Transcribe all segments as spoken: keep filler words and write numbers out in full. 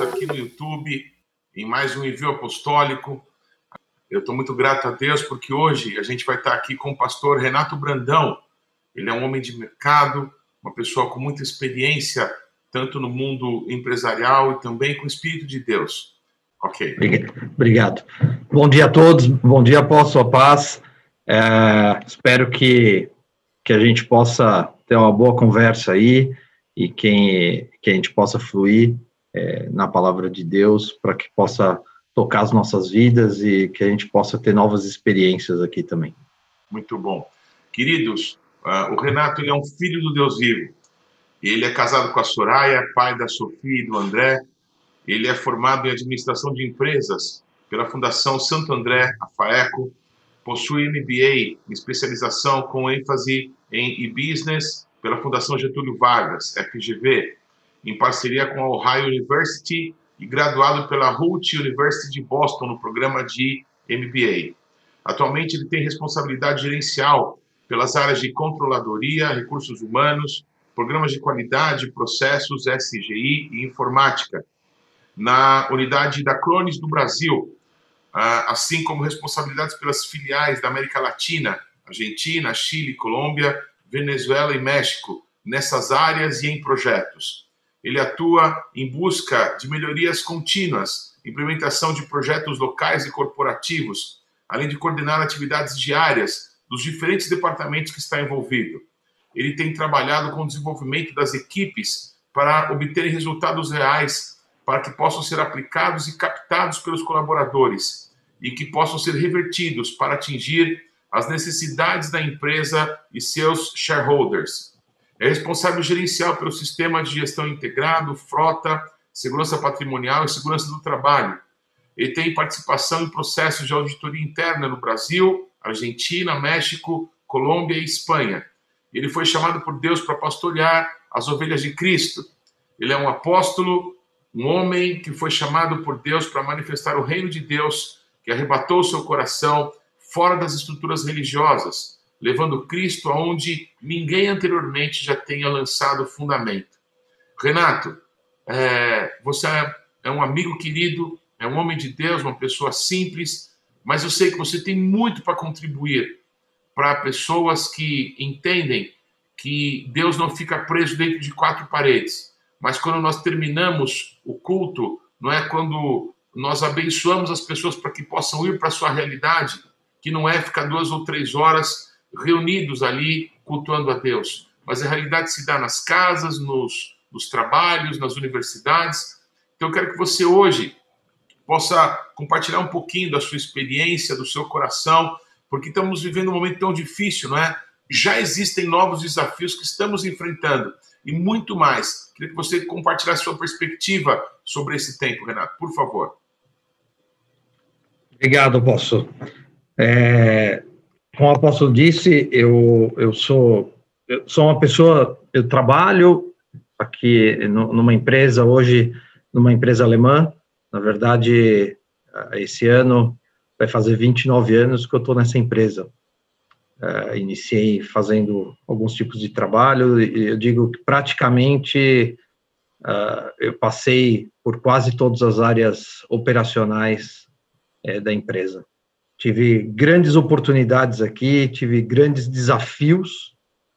aqui no YouTube, em mais um Envio Apostólico. Eu estou muito grato a Deus porque hoje a gente vai estar aqui com o pastor Renato Brandão. Ele é um homem de mercado, uma pessoa com muita experiência, tanto no mundo empresarial e também com o Espírito de Deus. Ok. Obrigado. Bom dia a todos, bom dia, apóstolo, a paz. É, espero que, que a gente possa ter uma boa conversa aí e que, que a gente possa fluir é, na palavra de Deus para que possa tocar as nossas vidas e que a gente possa ter novas experiências aqui também. Muito bom. Queridos, uh, o Renato ele é um filho do Deus vivo. Ele é casado com a Soraya, pai da Sofia e do André. Ele é formado em administração de empresas pela Fundação Santo André, a FAECO. Possui M B A em especialização com ênfase em e-business pela Fundação Getúlio Vargas, F G V, em parceria com a Ohio University e graduado pela Hult University de Boston no programa de M B A. Atualmente ele tem responsabilidade gerencial pelas áreas de controladoria, recursos humanos, programas de qualidade, processos, S G I e informática, na unidade da Cronis do Brasil, assim como responsabilidades pelas filiais da América Latina, Argentina, Chile, Colômbia, Venezuela e México, nessas áreas e em projetos. Ele atua em busca de melhorias contínuas, implementação de projetos locais e corporativos, além de coordenar atividades diárias dos diferentes departamentos que está envolvido. Ele tem trabalhado com o desenvolvimento das equipes para obter resultados reais, para que possam ser aplicados e captados pelos colaboradores e que possam ser revertidos para atingir as necessidades da empresa e seus shareholders. É responsável gerencial pelo sistema de gestão integrado, frota, segurança patrimonial e segurança do trabalho. Ele tem participação em processos de auditoria interna no Brasil, Argentina, México, Colômbia e Espanha. Ele foi chamado por Deus para pastorear as ovelhas de Cristo. Ele é um apóstolo, um homem que foi chamado por Deus para manifestar o reino de Deus, que arrebatou o seu coração fora das estruturas religiosas, levando Cristo aonde ninguém anteriormente já tenha lançado fundamento. Renato, é, você é um amigo querido, é um homem de Deus, uma pessoa simples, mas eu sei que você tem muito para contribuir para pessoas que entendem que Deus não fica preso dentro de quatro paredes, mas quando nós terminamos o culto, não é quando nós abençoamos as pessoas para que possam ir para a sua realidade, que não é ficar duas ou três horas reunidos ali cultuando a Deus, mas a realidade se dá nas casas, nos, nos trabalhos, nas universidades. Então eu quero que você hoje possa compartilhar um pouquinho da sua experiência, do seu coração, porque estamos vivendo um momento tão difícil, não é? Já existem novos desafios que estamos enfrentando e muito mais. Queria que você compartilhasse sua perspectiva sobre esse tempo, Renato, por favor. Obrigado, apóstolo. É, como o apóstolo disse, eu, eu, sou, eu sou uma pessoa, eu trabalho aqui numa empresa, hoje, numa empresa alemã. Na verdade, esse ano vai fazer vinte e nove anos que eu estou nessa empresa. Uh, iniciei fazendo alguns tipos de trabalho, e eu digo que praticamente uh, eu passei por quase todas as áreas operacionais uh, da empresa. Tive grandes oportunidades aqui, tive grandes desafios,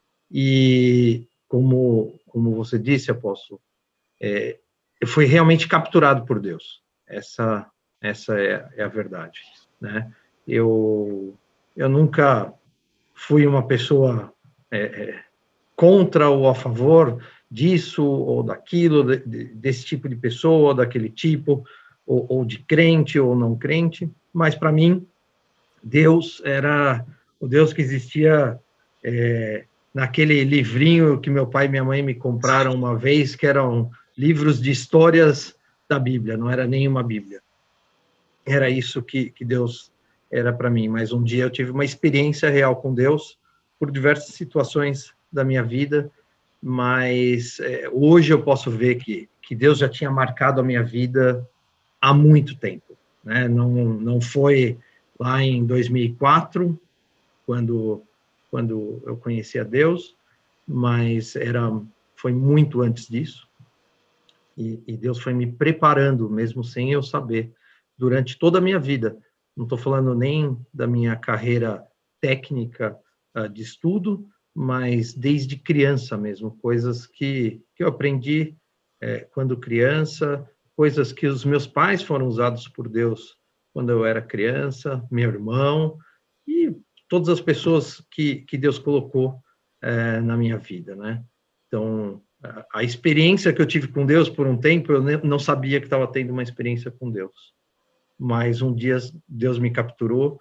e como, como você disse, apóstolo, é, eu fui realmente capturado por Deus. Essa, essa é, é a verdade, né? Eu, eu nunca fui uma pessoa é, é, contra ou a favor disso ou daquilo, de, de, desse tipo de pessoa, daquele tipo, ou, ou de crente ou não crente, mas para mim, Deus era o Deus que existia é, naquele livrinho que meu pai e minha mãe me compraram uma vez, que eram livros de histórias da Bíblia, não era nenhuma Bíblia. Era isso que, que Deus era para mim, mas um dia eu tive uma experiência real com Deus por diversas situações da minha vida, mas é, hoje eu posso ver que, que Deus já tinha marcado a minha vida há muito tempo, né? Não, não foi lá em dois mil e quatro, quando, quando eu conheci a Deus, mas era, foi muito antes disso. E, e Deus foi me preparando, mesmo sem eu saber, durante toda a minha vida. Não estou falando nem da minha carreira técnica uh, de estudo, mas desde criança mesmo, coisas que, que eu aprendi é, quando criança, coisas que os meus pais foram usados por Deus quando eu era criança, meu irmão, e todas as pessoas que, que Deus colocou é, na minha vida, né? Então, a, a experiência que eu tive com Deus por um tempo, eu ne, não sabia que estava tendo uma experiência com Deus. Mas um dia Deus me capturou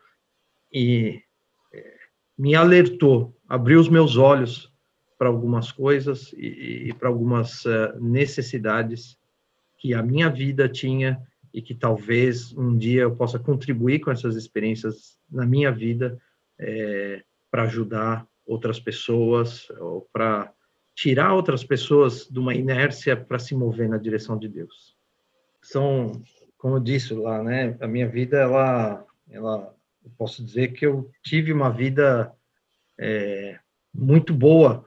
e é, me alertou, abriu os meus olhos para algumas coisas e, e para algumas uh, necessidades que a minha vida tinha e que talvez um dia eu possa contribuir com essas experiências na minha vida é, para ajudar outras pessoas ou para tirar outras pessoas de uma inércia para se mover na direção de Deus. São, como eu disse lá, né, a minha vida, ela, ela, eu posso dizer que eu tive uma vida é, muito boa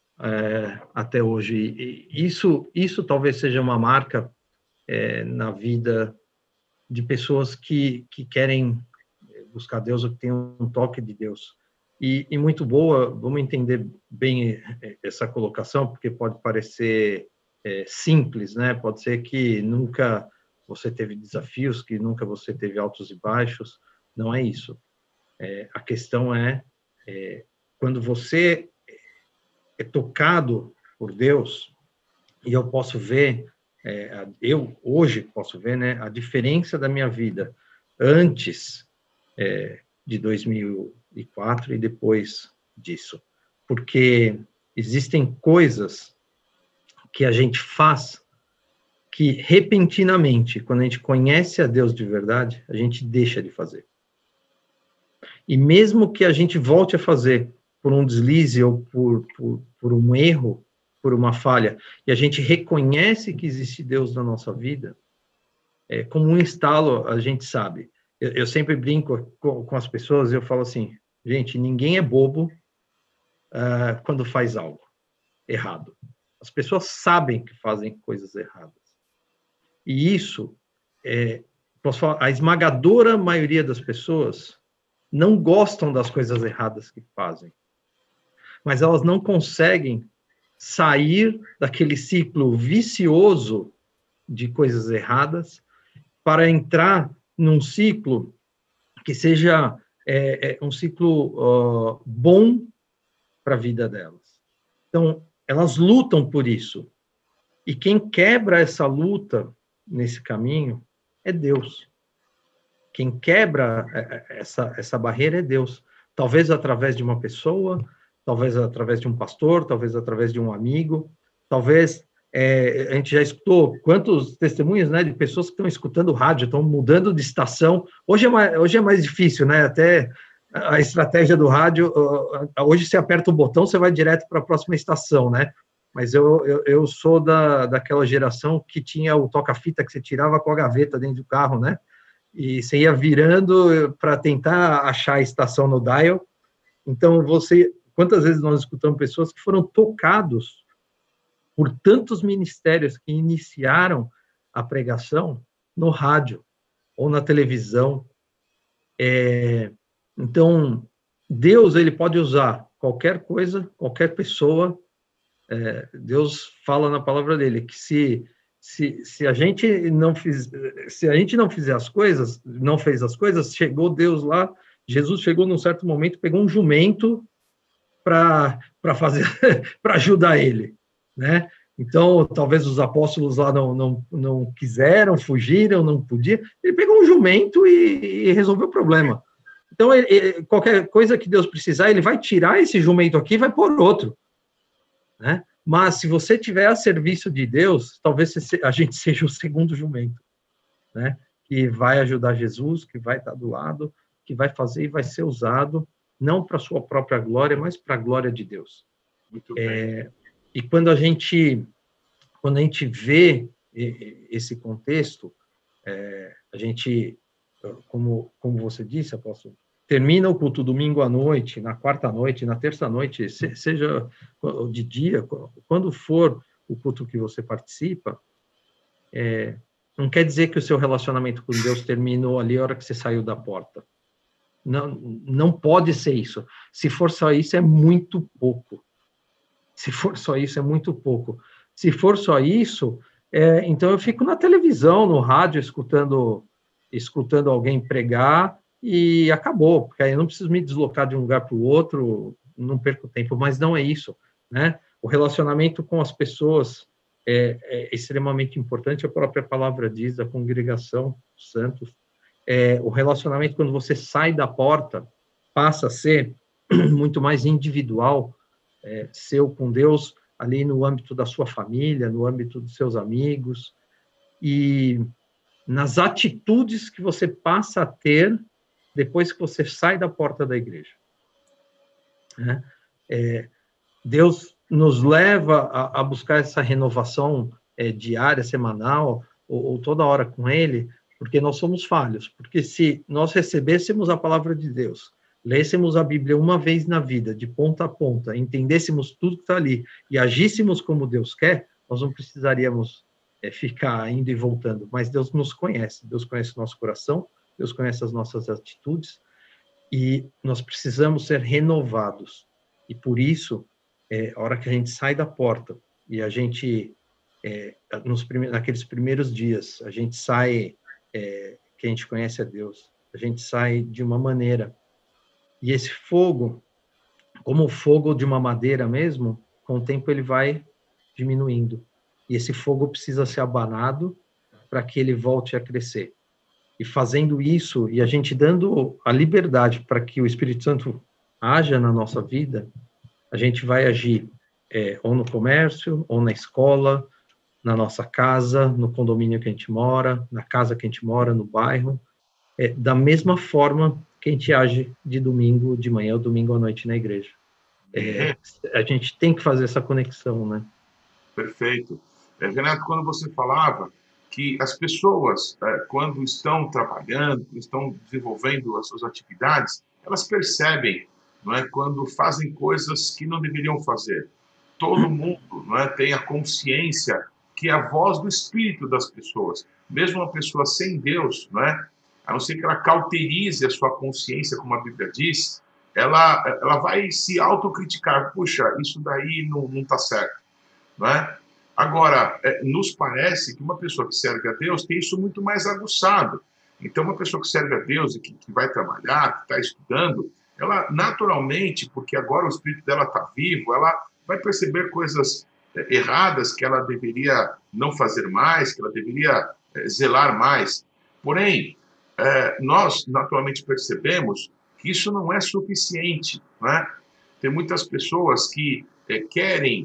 é, até hoje. E isso, isso talvez seja uma marca é, na vida de pessoas que, que querem buscar Deus ou que têm um toque de Deus. E, e muito boa, vamos entender bem essa colocação, porque pode parecer é, simples, né? Pode ser que nunca você teve desafios, que nunca você teve altos e baixos. Não é isso. É, a questão é, é quando você é tocado por Deus, e eu posso ver, é, eu hoje posso ver, né, a diferença da minha vida antes é, de dois mil e quatro e depois disso. Porque existem coisas que a gente faz que, repentinamente, quando a gente conhece a Deus de verdade, a gente deixa de fazer. E mesmo que a gente volte a fazer por um deslize ou por, por, por um erro, por uma falha, e a gente reconhece que existe Deus na nossa vida, é, como um estalo, a gente sabe. Eu, eu sempre brinco com, com as pessoas, eu falo assim, gente, ninguém é bobo uh, quando faz algo errado. As pessoas sabem que fazem coisas erradas. E isso, é, posso falar, a esmagadora maioria das pessoas não gostam das coisas erradas que fazem, mas elas não conseguem sair daquele ciclo vicioso de coisas erradas para entrar num ciclo que seja é, é, um ciclo uh, bom para a vida delas. Então, elas lutam por isso. E quem quebra essa luta nesse caminho é Deus. Quem quebra essa, essa barreira é Deus. Talvez através de uma pessoa, talvez através de um pastor, talvez através de um amigo, talvez, é, a gente já escutou quantos testemunhos, né, de pessoas que estão escutando rádio, estão mudando de estação. Hoje é mais, hoje é mais difícil, né, até a estratégia do rádio, hoje você aperta o botão, você vai direto para a próxima estação, né, mas eu, eu, eu sou da, daquela geração que tinha o toca-fita que você tirava com a gaveta dentro do carro, né, e você ia virando para tentar achar a estação no dial. Então, você, quantas vezes nós escutamos pessoas que foram tocados por tantos ministérios que iniciaram a pregação no rádio ou na televisão. É, então, Deus, ele pode usar qualquer coisa, qualquer pessoa. É, Deus fala na palavra dele que se Se, se a gente não fiz, se a gente não fizer as coisas, não fez as coisas, chegou Deus lá, Jesus chegou num certo momento, pegou um jumento para para fazer, para ajudar ele, né? Então, talvez os apóstolos lá não, não, não quiseram, fugiram, não podiam. Ele pegou um jumento e, e resolveu o problema. Então, ele, ele, qualquer coisa que Deus precisar, ele vai tirar esse jumento aqui e vai pôr outro, né? Mas, se você tiver a serviço de Deus, talvez a gente seja o segundo jumento, né? Que vai ajudar Jesus, que vai estar do lado, que vai fazer e vai ser usado, não para a sua própria glória, mas para a glória de Deus. Muito bem. É, e quando a gente, quando a gente vê esse contexto, é, a gente, como, como você disse, apóstolo, termina o culto domingo à noite, na quarta noite, na terça noite, seja de dia, quando for o culto que você participa, é, não quer dizer que o seu relacionamento com Deus terminou ali a hora que você saiu da porta. Não, não pode ser isso. Se for só isso, é muito pouco. Se for só isso, é muito pouco. Se for só isso, é, então eu fico na televisão, no rádio, escutando, escutando alguém pregar e acabou, porque aí eu não preciso me deslocar de um lugar para o outro, não perco tempo, mas não é isso, né? O relacionamento com as pessoas é, é extremamente importante, a própria palavra diz, a congregação, os santos, é, o relacionamento, quando você sai da porta, passa a ser muito mais individual, é, seu com Deus, ali no âmbito da sua família, no âmbito dos seus amigos, e nas atitudes que você passa a ter depois que você sai da porta da igreja. Né? É, Deus nos leva a, a buscar essa renovação é, diária, semanal, ou, ou toda hora com Ele, porque nós somos falhos. Porque se nós recebêssemos a palavra de Deus, lêssemos a Bíblia uma vez na vida, de ponta a ponta, entendêssemos tudo que está ali e agíssemos como Deus quer, nós não precisaríamos é, ficar indo e voltando. Mas Deus nos conhece, Deus conhece o nosso coração, Deus conhece as nossas atitudes, e nós precisamos ser renovados. E por isso, é, a hora que a gente sai da porta e a gente, é, nos prime- naqueles primeiros dias, a gente sai, é, que a gente conhece a Deus, a gente sai de uma maneira. E esse fogo, como o fogo de uma madeira mesmo, com o tempo ele vai diminuindo. E esse fogo precisa ser abanado para que ele volte a crescer. E fazendo isso, e a gente dando a liberdade para que o Espírito Santo haja na nossa vida, a gente vai agir é, ou no comércio, ou na escola, na nossa casa, no condomínio que a gente mora, na casa que a gente mora, no bairro, é, da mesma forma que a gente age de domingo de manhã ou domingo à noite na igreja. É, a gente tem que fazer essa conexão, né? Perfeito. É, Renato, quando você falava que as pessoas, é, quando estão trabalhando, estão desenvolvendo as suas atividades, elas percebem, não é, quando fazem coisas que não deveriam fazer. Todo mundo, não é, tem a consciência que é a voz do espírito das pessoas. Mesmo uma pessoa sem Deus, não é, a não ser que ela cauterize a sua consciência, como a Bíblia diz, ela, ela vai se autocriticar. Puxa, isso daí não está certo. Não é? Agora, é, nos parece que uma pessoa que serve a Deus tem isso muito mais aguçado. Então, uma pessoa que serve a Deus e que, que vai trabalhar, que está estudando, ela naturalmente, porque agora o espírito dela está vivo, ela vai perceber coisas é, erradas que ela deveria não fazer mais, que ela deveria é, zelar mais. Porém, é, nós naturalmente percebemos que isso não é suficiente. Não é? Tem muitas pessoas que é, querem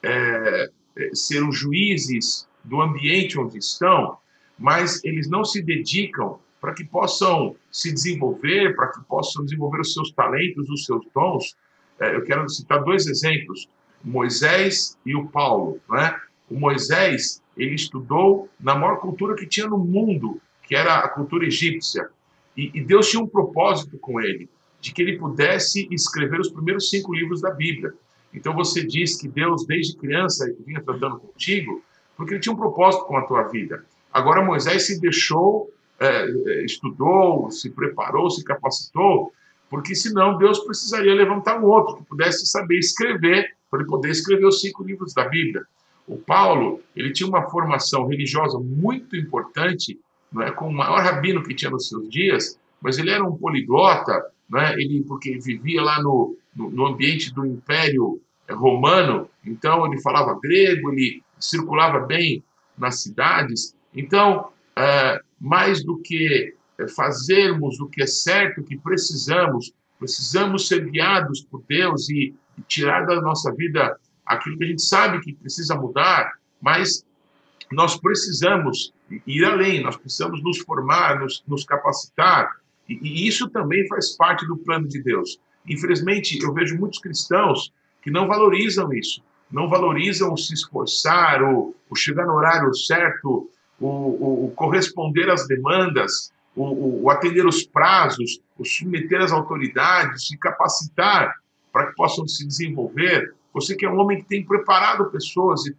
É, ser os juízes do ambiente onde estão, mas eles não se dedicam para que possam se desenvolver, para que possam desenvolver os seus talentos, os seus dons. É, eu quero citar dois exemplos, Moisés e o Paulo. Né? O Moisés, ele estudou na maior cultura que tinha no mundo, que era a cultura egípcia, e, e Deus tinha um propósito com ele, de que ele pudesse escrever os primeiros cinco livros da Bíblia. Então você diz que Deus, desde criança, vinha tratando contigo, porque ele tinha um propósito com a tua vida. Agora Moisés se deixou, é, estudou, se preparou, se capacitou, porque senão Deus precisaria levantar um outro que pudesse saber escrever, para ele poder escrever os cinco livros da Bíblia. O Paulo, ele tinha uma formação religiosa muito importante, não é, com o maior rabino que tinha nos seus dias, mas ele era um poliglota, não é, ele, porque ele vivia lá no, no, no ambiente do Império Romano, então ele falava grego, ele circulava bem nas cidades. Então, é, mais do que fazermos o que é certo, o que precisamos, precisamos ser guiados por Deus e, e tirar da nossa vida aquilo que a gente sabe que precisa mudar, mas nós precisamos ir além, nós precisamos nos formar, nos, nos capacitar, e, e isso também faz parte do plano de Deus. Infelizmente, eu vejo muitos cristãos que não valorizam isso, não valorizam o se esforçar, o, o chegar no horário certo, o, o, o corresponder às demandas, o, o, o atender os prazos, o submeter às autoridades, se capacitar para que possam se desenvolver. Você que é um homem que tem preparado pessoas e tem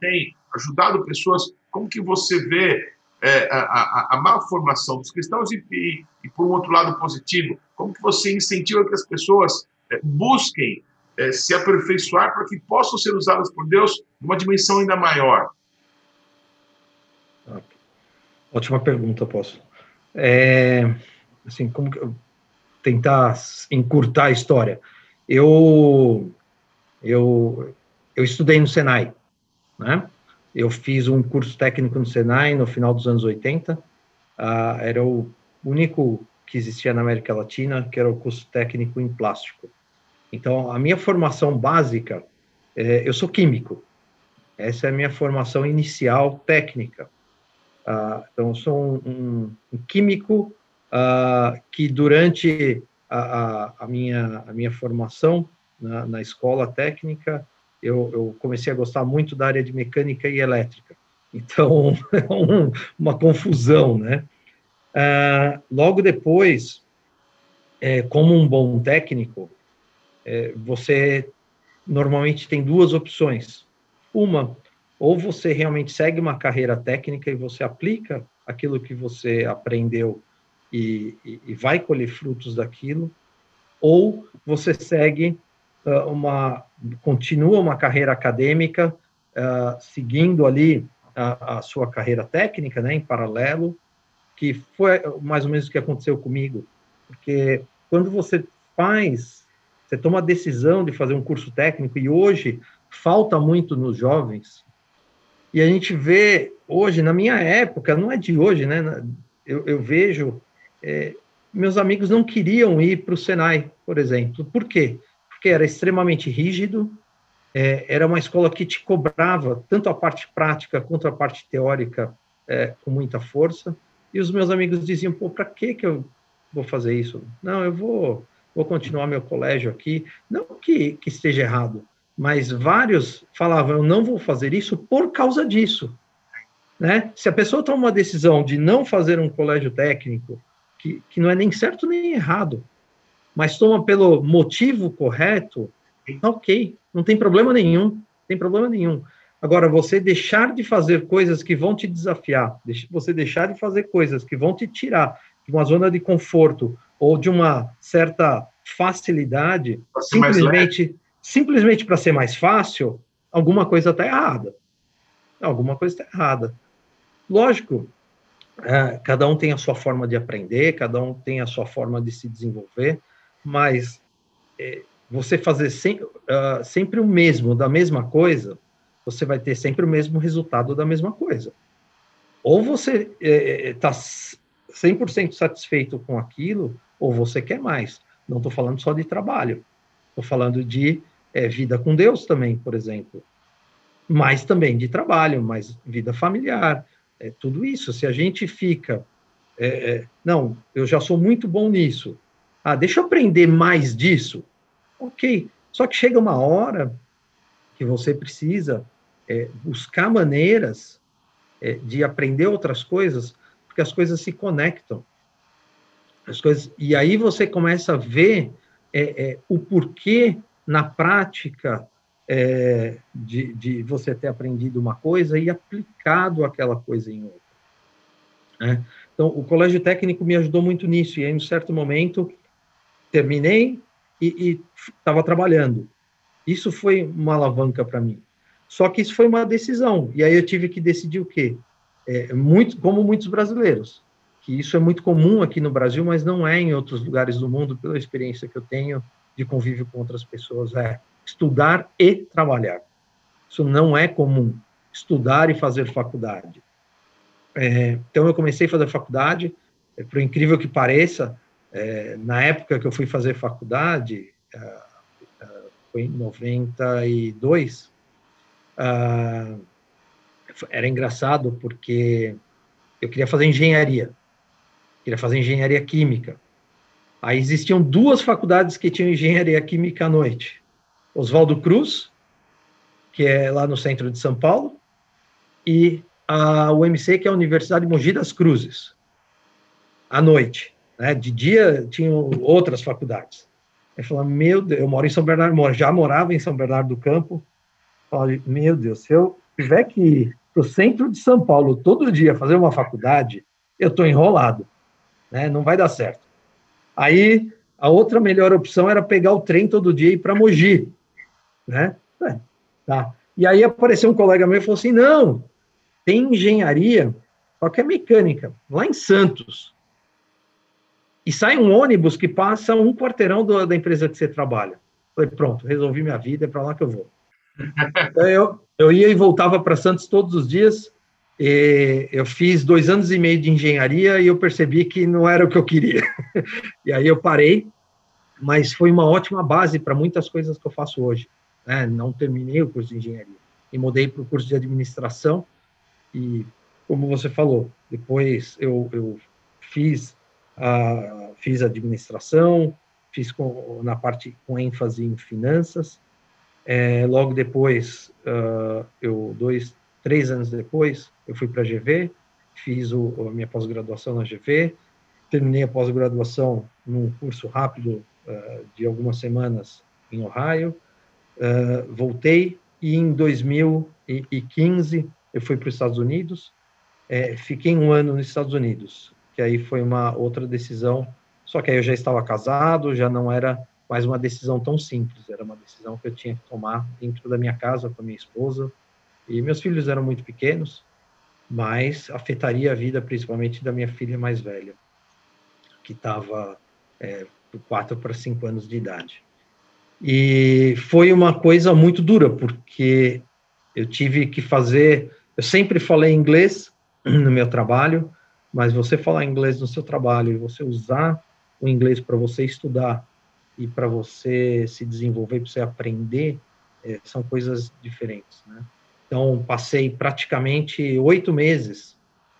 ajudado pessoas. Como que você vê é, a, a, a má formação dos cristãos e, e, e, por um outro lado positivo, como que você incentiva que as pessoas é, busquem é, se aperfeiçoar para que possam ser usadas por Deus numa dimensão ainda maior? Ótima pergunta, posso. É, assim, como que eu tentar encurtar a história? Eu, eu, eu estudei no Senai, né? Eu fiz um curso técnico no Senai no final dos anos oitenta. Ah, era o único que existia na América Latina, que era o curso técnico em plástico. Então, a minha formação básica, é, eu sou químico. Essa é a minha formação inicial técnica. Ah, então, eu sou um, um, um químico ah, que, durante a, a, a, minha, a minha formação na, na escola técnica, eu, eu comecei a gostar muito da área de mecânica e elétrica. Então, é um, uma confusão, né? Ah, logo depois, é, como um bom técnico, é, você normalmente tem duas opções. Uma, ou você realmente segue uma carreira técnica e você aplica aquilo que você aprendeu e, e, e vai colher frutos daquilo, ou você segue uh, uma, continua uma carreira acadêmica, uh, seguindo ali a, a sua carreira técnica, né, em paralelo, que foi mais ou menos o que aconteceu comigo, porque quando você faz, você toma a decisão de fazer um curso técnico, e hoje falta muito nos jovens, e a gente vê hoje, na minha época, não é de hoje, né? Eu, eu vejo, é, meus amigos não queriam ir para o Senai, por exemplo. Por quê? Porque era extremamente rígido, é, era uma escola que te cobrava tanto a parte prática quanto a parte teórica é, com muita força, e os meus amigos diziam, pô, para que que eu vou fazer isso? Não, eu vou, vou continuar meu colégio aqui. Não que, que esteja errado, mas vários falavam, eu não vou fazer isso por causa disso. Né? Se a pessoa toma uma decisão de não fazer um colégio técnico, que, que não é nem certo nem errado, mas toma pelo motivo correto, ok, não tem problema nenhum, não tem problema nenhum. Agora, você deixar de fazer coisas que vão te desafiar, você deixar de fazer coisas que vão te tirar de uma zona de conforto ou de uma certa facilidade, simplesmente, simplesmente para ser mais fácil, alguma coisa está errada. Alguma coisa está errada. Lógico, é, cada um tem a sua forma de aprender, cada um tem a sua forma de se desenvolver, mas é, você fazer sem, uh, sempre o mesmo, da mesma coisa, você vai ter sempre o mesmo resultado da mesma coisa. Ou você está é, cem por cento satisfeito com aquilo, ou você quer mais. Não estou falando só de trabalho, estou falando de é, vida com Deus também, por exemplo. Mas também de trabalho, mais vida familiar, é, tudo isso. Se a gente fica, é, é, não, eu já sou muito bom nisso, ah, deixa eu aprender mais disso, ok, só que chega uma hora que você precisa é, buscar maneiras é, de aprender outras coisas, porque as coisas se conectam. As coisas, e aí você começa a ver é, é, o porquê, na prática, é, de, de você ter aprendido uma coisa e aplicado aquela coisa em outra. Né? Então, o colégio técnico me ajudou muito nisso, e aí, em um certo momento, terminei e estava trabalhando. Isso foi uma alavanca para mim. Só que isso foi uma decisão, e aí eu tive que decidir o quê? É, muito, como muitos brasileiros, que isso é muito comum aqui no Brasil, mas não é em outros lugares do mundo, pela experiência que eu tenho de convívio com outras pessoas, é estudar e trabalhar. Isso não é comum, estudar e fazer faculdade. É, então, eu comecei a fazer faculdade, é, por incrível que pareça, é, na época que eu fui fazer faculdade, é, foi em noventa e dois, uh, era engraçado porque eu queria fazer engenharia, queria fazer engenharia química. Aí existiam duas faculdades que tinham engenharia química à noite. Oswaldo Cruz, que é lá no centro de São Paulo, e a U M C, que é a Universidade de Mogi das Cruzes, à noite. Né? De dia tinham outras faculdades. Eu falei, meu Deus, eu moro em São Bernardo, já morava em São Bernardo do Campo. Falei, meu Deus, se eu tiver que para o centro de São Paulo todo dia fazer uma faculdade, eu estou enrolado, né? Não vai dar certo. Aí, a outra melhor opção era pegar o trem todo dia e ir para Mogi, né? É, tá. E aí apareceu um colega meu e falou assim, não, tem engenharia, só que é mecânica, lá em Santos. E sai um ônibus que passa um quarteirão do, da empresa que você trabalha. Falei, pronto, resolvi minha vida, é para lá que eu vou. Então, eu, eu ia e voltava para Santos todos os dias. E eu fiz dois anos e meio de engenharia e eu percebi que não era o que eu queria. E aí eu parei, mas foi uma ótima base para muitas coisas que eu faço hoje, né? Não terminei o curso de engenharia e mudei para o curso de administração. E, como você falou, depois eu, eu fiz, a, fiz administração, fiz com, na parte com ênfase em finanças. É, logo depois, uh, eu dois, três anos depois, eu fui para a G V, fiz o, a minha pós-graduação na G V, terminei a pós-graduação num curso rápido uh, de algumas semanas em Ohio, uh, voltei e em dois mil e quinze eu fui para os Estados Unidos, é, fiquei um ano nos Estados Unidos, que aí foi uma outra decisão, só que aí eu já estava casado, já não era mais uma decisão tão simples, era uma decisão que eu tinha que tomar dentro da minha casa com a minha esposa, e meus filhos eram muito pequenos, mas afetaria a vida principalmente da minha filha mais velha, que estava é, quatro para cinco anos de idade. E foi uma coisa muito dura, porque eu tive que fazer, eu sempre falei inglês no meu trabalho, mas você falar inglês no seu trabalho e você usar o inglês para você estudar e para você se desenvolver, para você aprender, é, são coisas diferentes, né? Então, passei praticamente oito meses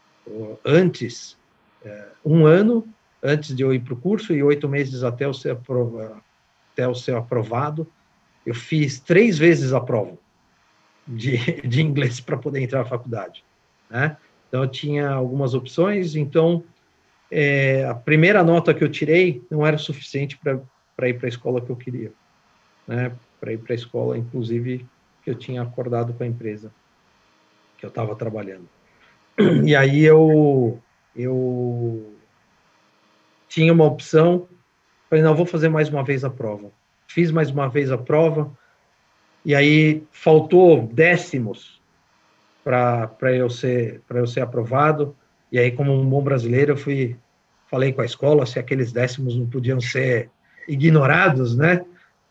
antes, é, um ano antes de eu ir para o curso e oito meses até eu ser, aprova, até eu ser aprovado. Eu fiz três vezes a prova de, de inglês para poder entrar na faculdade, né? Então, eu tinha algumas opções, então, é, a primeira nota que eu tirei não era suficiente para para ir para a escola que eu queria, né? Para ir para a escola, inclusive, que eu tinha acordado com a empresa que eu estava trabalhando. E aí eu, eu tinha uma opção, falei, não, vou fazer mais uma vez a prova. Fiz mais uma vez a prova, e aí faltou décimos para eu ser, para eu ser aprovado, e aí, como um bom brasileiro, eu fui, falei com a escola se aqueles décimos não podiam ser ignorados, né?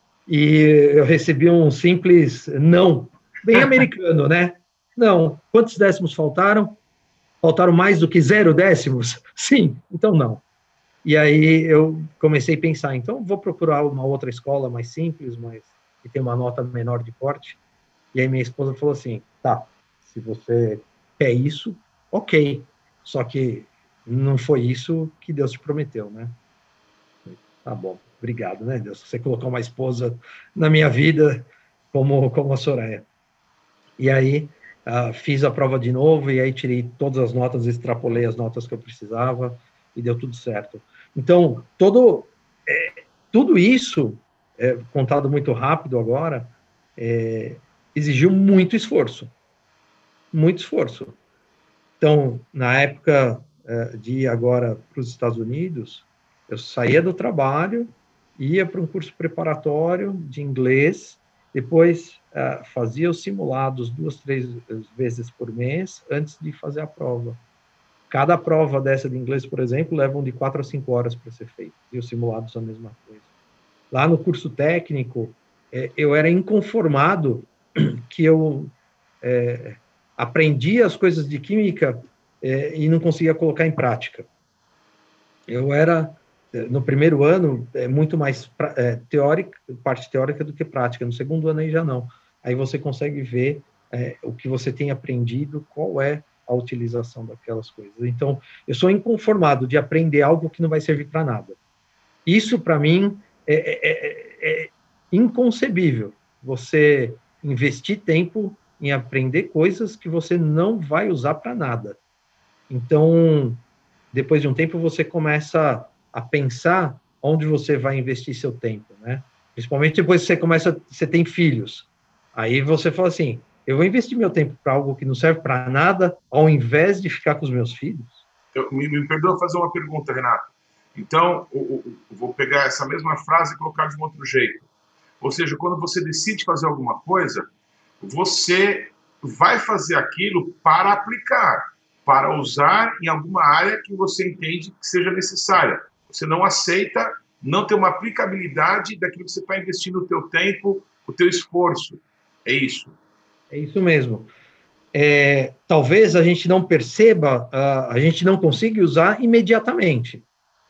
E eu recebi um simples não, bem americano, né? Não. Quantos décimos faltaram? Faltaram mais do que zero décimos? Sim, então não. E aí eu comecei a pensar, então vou procurar uma outra escola mais simples, mas que tem uma nota menor de corte. E aí minha esposa falou assim, tá, se você quer isso, ok. Só que não foi isso que Deus te prometeu, né? Tá bom, obrigado, né, Deus? Você colocou uma esposa na minha vida como, como a Soraya. E aí, uh, fiz a prova de novo, e aí tirei todas as notas, extrapolei as notas que eu precisava, e deu tudo certo. Então, todo, é, tudo isso, é, contado muito rápido agora, é, exigiu muito esforço. Muito esforço. Então, na época é, de ir agora para os Estados Unidos, eu saía do trabalho, ia para um curso preparatório de inglês, depois uh, fazia os simulados duas, três vezes por mês, antes de fazer a prova. Cada prova dessa de inglês, por exemplo, levam de quatro a cinco horas para ser feito, e os simulados a mesma coisa. Lá no curso técnico, eh, eu era inconformado que eu eh, aprendia as coisas de química eh, e não conseguia colocar em prática. Eu era, no primeiro ano, é muito mais é, teórica, parte teórica do que prática. No segundo ano aí já não. Aí você consegue ver é, o que você tem aprendido, qual é a utilização daquelas coisas. Então, eu sou inconformado de aprender algo que não vai servir para nada. Isso, para mim, é, é, é inconcebível. Você investir tempo em aprender coisas que você não vai usar para nada. Então, depois de um tempo, você começa a pensar onde você vai investir seu tempo, né? Principalmente depois que você começa, você tem filhos. Aí você fala assim, Eu vou investir meu tempo para algo que não serve para nada, ao invés de ficar com os meus filhos? Eu, me, me perdoa fazer uma pergunta, Renato. Então, eu, eu, eu vou pegar essa mesma frase e colocar de um outro jeito. Ou seja, quando você decide fazer alguma coisa, você vai fazer aquilo para aplicar, para usar em alguma área que você entende que seja necessária. Você não aceita não ter uma aplicabilidade daquilo que você está investindo o teu tempo, o teu esforço. É isso. É isso mesmo. É, talvez a gente não perceba, a, a gente não consiga usar imediatamente,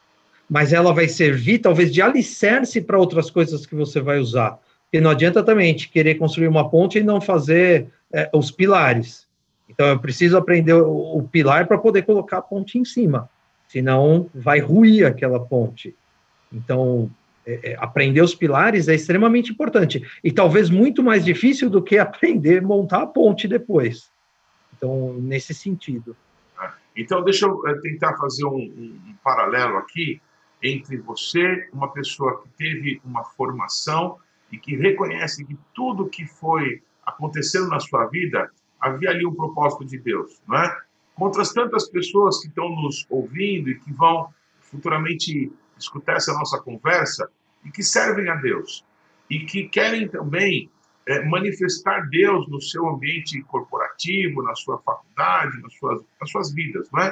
mas ela vai servir talvez de alicerce para outras coisas que você vai usar. Porque não adianta também querer construir uma ponte e não fazer é, os pilares. Então, eu preciso aprender o, o pilar para poder colocar a ponte em cima, senão vai ruir aquela ponte. Então, é, é, aprender os pilares é extremamente importante, e talvez muito mais difícil do que aprender a montar a ponte depois. Então, nesse sentido. Então, deixa eu tentar fazer um, um, um paralelo aqui entre você, uma pessoa que teve uma formação e que reconhece que tudo que foi acontecendo na sua vida havia ali um propósito de Deus, não é? Contra as tantas pessoas que estão nos ouvindo e que vão futuramente escutar essa nossa conversa e que servem a Deus e que querem também é, manifestar Deus no seu ambiente corporativo, na sua faculdade, nas suas, nas suas vidas, não é?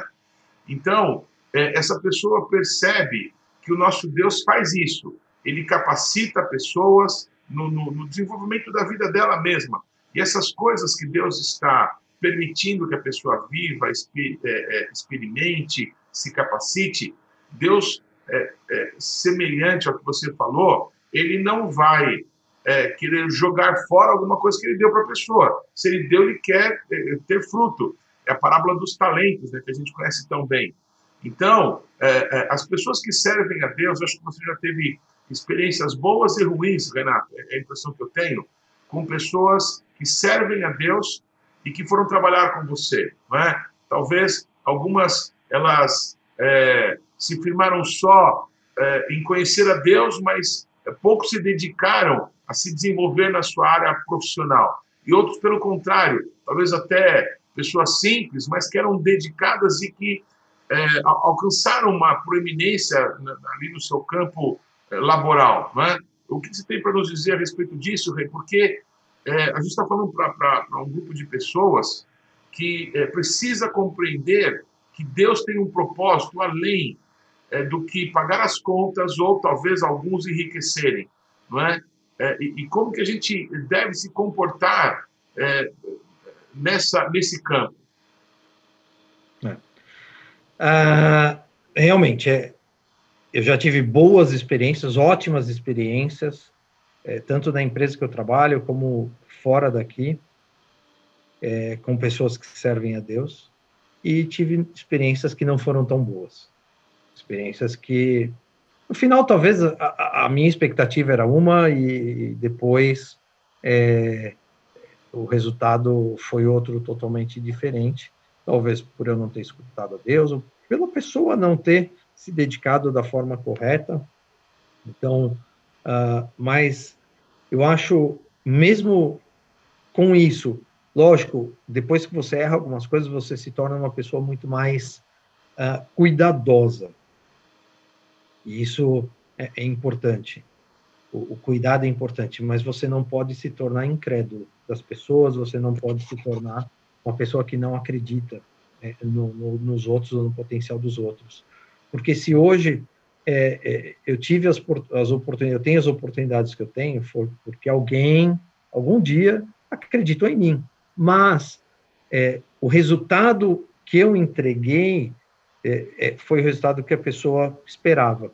Então, é, essa pessoa percebe que o nosso Deus faz isso. Ele capacita pessoas no, no, no desenvolvimento da vida dela mesma. E essas coisas que Deus está permitindo que a pessoa viva, exper, é, é, experimente, se capacite, Deus, é, é, semelhante ao que você falou, ele não vai é, querer jogar fora alguma coisa que ele deu para a pessoa. Se ele deu, ele quer é, ter fruto. É a parábola dos talentos, né, que a gente conhece tão bem. Então, é, é, as pessoas que servem a Deus, acho que você já teve experiências boas e ruins, Renato, é a impressão que eu tenho, com pessoas que servem a Deus e que foram trabalhar com você, não é? Talvez algumas, elas é, se firmaram só é, em conhecer a Deus, mas pouco se dedicaram a se desenvolver na sua área profissional. E outros, pelo contrário, talvez até pessoas simples, mas que eram dedicadas e que é, alcançaram uma proeminência ali no seu campo é, laboral, não é? O que você tem para nos dizer a respeito disso, Rei? Porque é, a gente está falando para um grupo de pessoas que é, precisa compreender que Deus tem um propósito além é, do que pagar as contas ou talvez alguns enriquecerem, não é? É, e, e como que a gente deve se comportar é, nessa, nesse campo? É. Ah, realmente, é, eu já tive boas experiências, ótimas experiências, é, tanto na empresa que eu trabalho, como fora daqui, é, com pessoas que servem a Deus, e tive experiências que não foram tão boas. Experiências que, no final, talvez a, a minha expectativa era uma e depois é, o resultado foi outro totalmente diferente, talvez por eu não ter escutado a Deus, ou pela pessoa não ter se dedicado da forma correta. Então, uh, mas eu acho, mesmo com isso, lógico, depois que você erra algumas coisas, você se torna uma pessoa muito mais uh, cuidadosa. E isso é, é importante. O, o cuidado é importante, mas você não pode se tornar incrédulo das pessoas, você não pode se tornar uma pessoa que não acredita é, no, no, nos outros ou no potencial dos outros. Porque se hoje é, é, eu tive as, as oportunidades, eu tenho as oportunidades que eu tenho, foi porque alguém, algum dia, acreditou em mim. Mas é, o resultado que eu entreguei é, é, foi o resultado que a pessoa esperava.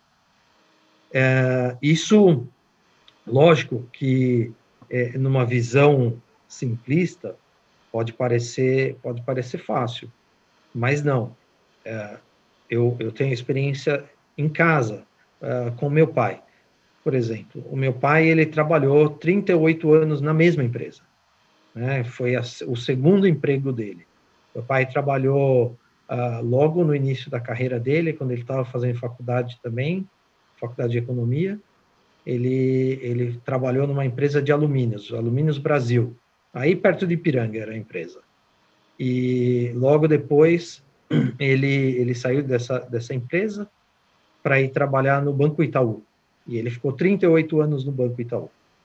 É, isso, lógico que é, numa visão simplista pode parecer pode parecer fácil, mas não. É, eu, eu tenho experiência em casa uh, com meu pai, por exemplo. O meu pai ele trabalhou trinta e oito anos na mesma empresa, né? Foi a, o segundo emprego dele. Meu pai trabalhou uh, logo no início da carreira dele, quando ele estava fazendo faculdade também, faculdade de economia. Ele, ele trabalhou numa empresa de alumínios, Alumínios Brasil. aí perto de Ipiranga era a empresa. E logo depois ele, ele saiu dessa, dessa empresa para ir trabalhar no Banco Itaú. E ele ficou trinta e oito anos no Banco Itaú.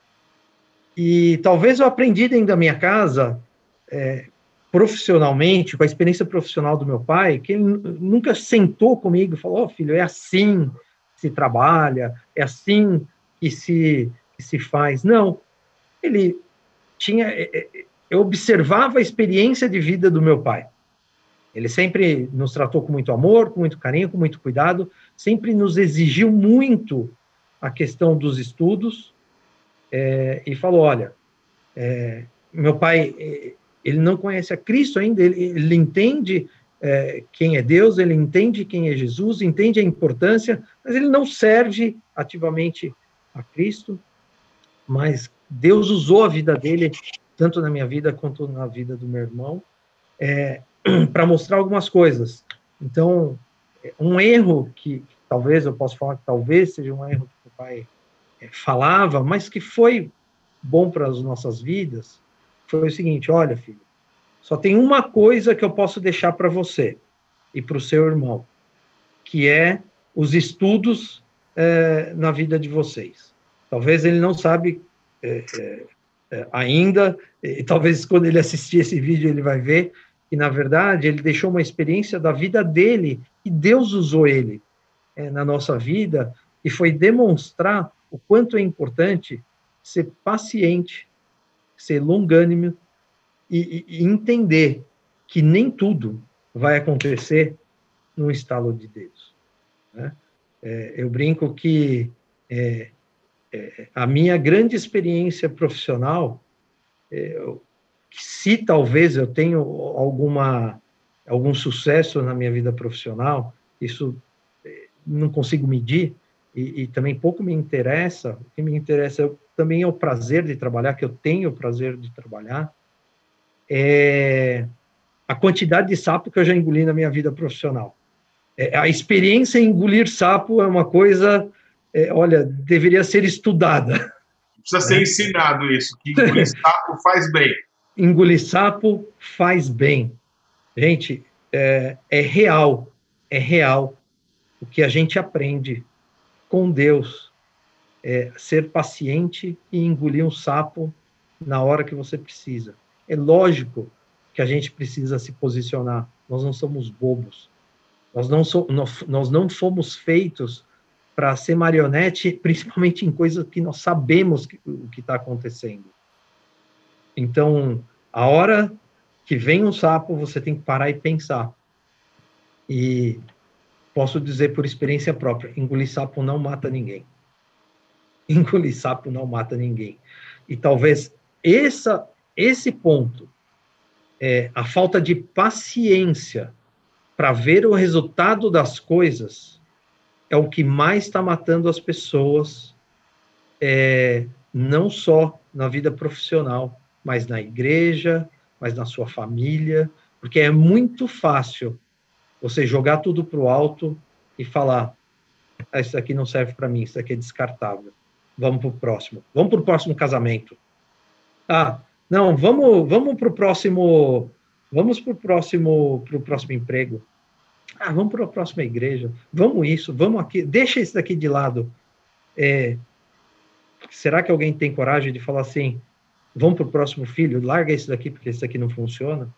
E talvez eu aprendi dentro da minha casa, é, profissionalmente, com a experiência profissional do meu pai, que ele nunca sentou comigo e falou, oh, filho, é assim que se trabalha, é assim que se, que se faz. Não, ele tinha... Eu observava a experiência de vida do meu pai. Ele sempre nos tratou com muito amor, com muito carinho, com muito cuidado, sempre nos exigiu muito a questão dos estudos, é, e falou, olha, é, meu pai, ele não conhece a Cristo ainda, ele, ele entende é, quem é Deus, ele entende quem é Jesus, entende a importância, mas ele não serve ativamente a Cristo, mas Deus usou a vida dele, tanto na minha vida quanto na vida do meu irmão, é, para mostrar algumas coisas. Então, um erro que, que talvez eu possa falar que talvez seja um erro que o pai é, falava, mas que foi bom para as nossas vidas, foi o seguinte, olha, filho, só tem uma coisa que eu posso deixar para você e para o seu irmão, que é os estudos é, na vida de vocês. Talvez ele não sabe é, é, ainda, e talvez quando ele assistir esse vídeo ele vai ver que, na verdade, ele deixou uma experiência da vida dele, e Deus usou ele é, na nossa vida, e foi demonstrar o quanto é importante ser paciente, ser longânimo, e, e, e entender que nem tudo vai acontecer num estalo de dedos. Né? É, eu brinco que é, é, a minha grande experiência profissional, é, se talvez eu tenha alguma, algum sucesso na minha vida profissional, isso não consigo medir, e, e também pouco me interessa, o que me interessa eu, também é o prazer de trabalhar, que eu tenho o prazer de trabalhar, é a quantidade de sapo que eu já engoli na minha vida profissional. É, a experiência em engolir sapo é uma coisa, é, olha, deveria ser estudada. Precisa ser ensinado isso, que engolir sapo faz bem. Engolir sapo faz bem. Gente, é, é real, é real o que a gente aprende com Deus, é ser paciente e engolir um sapo na hora que você precisa. É lógico que a gente precisa se posicionar, nós não somos bobos, nós não, so, nós, nós não fomos feitos para ser marionete, principalmente em coisas que nós sabemos que, o que está acontecendo. Então, a hora que vem um sapo, você tem que parar e pensar. E posso dizer por experiência própria, engolir sapo não mata ninguém. Engolir sapo não mata ninguém. E talvez essa, esse ponto, é, a falta de paciência para ver o resultado das coisas, é o que mais está matando as pessoas, é, não só na vida profissional, mas na igreja, mas na sua família, porque é muito fácil você jogar tudo para o alto e falar, ah, isso aqui não serve para mim, isso aqui é descartável, vamos para o próximo, vamos para o próximo casamento. Ah, não, vamos, vamos para o próximo, vamos para o próximo, para o próximo emprego. Ah, vamos para a próxima igreja, vamos isso, vamos aqui, deixa isso daqui de lado. É, será que alguém tem coragem de falar assim, vamos para o próximo filho, larga isso daqui porque isso daqui não funciona?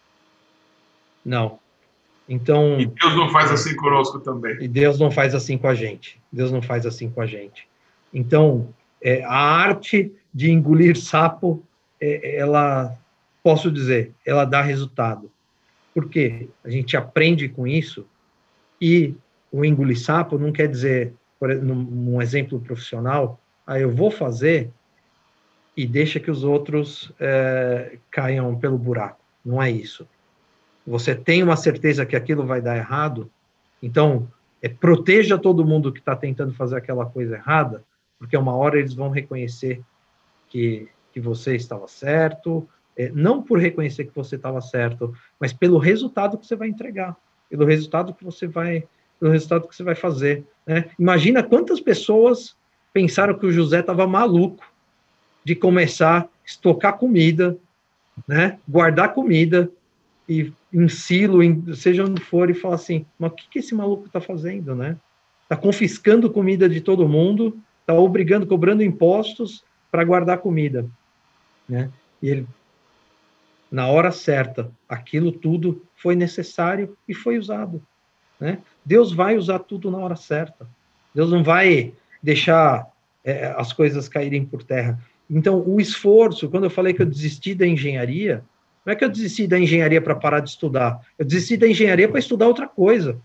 Não. Então, e Deus não faz assim conosco também. E Deus não faz assim com a gente. Deus não faz assim com a gente. Então, é, a arte de engolir sapo, é, ela, posso dizer, ela dá resultado. Por quê? A gente aprende com isso, e o engolir sapo não quer dizer, por exemplo, num exemplo profissional, ah, eu vou fazer e deixa que os outros é, caiam pelo buraco. Não é isso. Você tem uma certeza que aquilo vai dar errado, então, é, proteja todo mundo que está tentando fazer aquela coisa errada, porque uma hora eles vão reconhecer que, que você estava certo, é, não por reconhecer que você estava certo, mas pelo resultado que você vai entregar, pelo resultado que você vai, pelo resultado que você vai fazer. Né? Imagina quantas pessoas pensaram que o José estava maluco de começar a estocar comida né? Guardar comida e em silo, em, seja onde for, e falar assim, mas o que, que esse maluco está fazendo, né? Está confiscando comida de todo mundo, está obrigando, cobrando impostos para guardar comida, né? E ele, na hora certa, aquilo tudo foi necessário e foi usado, né? Deus vai usar tudo na hora certa. Deus não vai deixar é, as coisas caírem por terra. Então, o esforço, quando eu falei que eu desisti da engenharia, não é que eu desisti da engenharia para parar de estudar, eu desisti da engenharia para estudar outra coisa,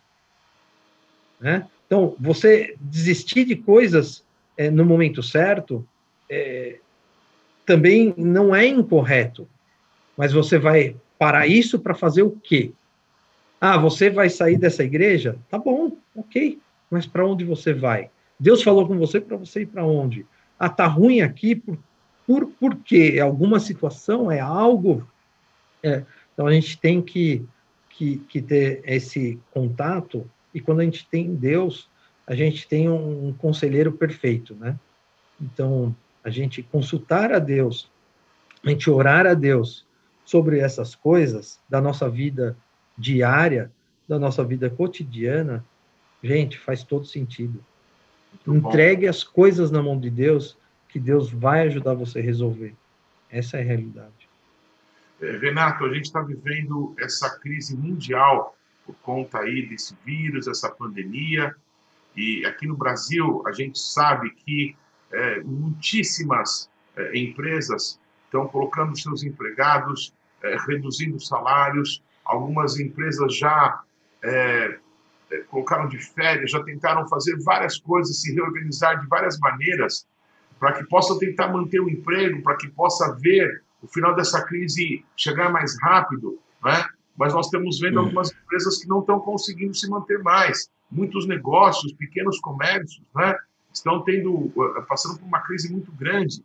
né? Então, você desistir de coisas é, no momento certo é, também não é incorreto, mas você vai parar isso para fazer o quê? Ah, você vai sair dessa igreja? Tá bom, ok. Mas para onde você vai? Deus falou com você para você ir para onde? Ah, tá ruim aqui por, por, por quê? É alguma situação? É algo? É, então a gente tem que, que, que ter esse contato, e quando a gente tem Deus, a gente tem um, um conselheiro perfeito, né? Então, a gente consultar a Deus, a gente orar a Deus sobre essas coisas da nossa vida diária, da nossa vida cotidiana, gente, faz todo sentido. Muito bom. Entregue as coisas na mão de Deus, que Deus vai ajudar você a resolver. Essa é a realidade. É, Renato, a gente está vivendo essa crise mundial por conta aí desse vírus, essa pandemia, e aqui no Brasil a gente sabe que é, muitíssimas é, empresas estão colocando seus empregados, é, reduzindo salários, algumas empresas já é, é, colocaram de férias, já tentaram fazer várias coisas, se reorganizar de várias maneiras, para que possa tentar manter o emprego, para que possa ver o final dessa crise chegar mais rápido, né? Mas nós estamos vendo algumas empresas que não estão conseguindo se manter mais. Muitos negócios, pequenos comércios, né, estão tendo, passando por uma crise muito grande.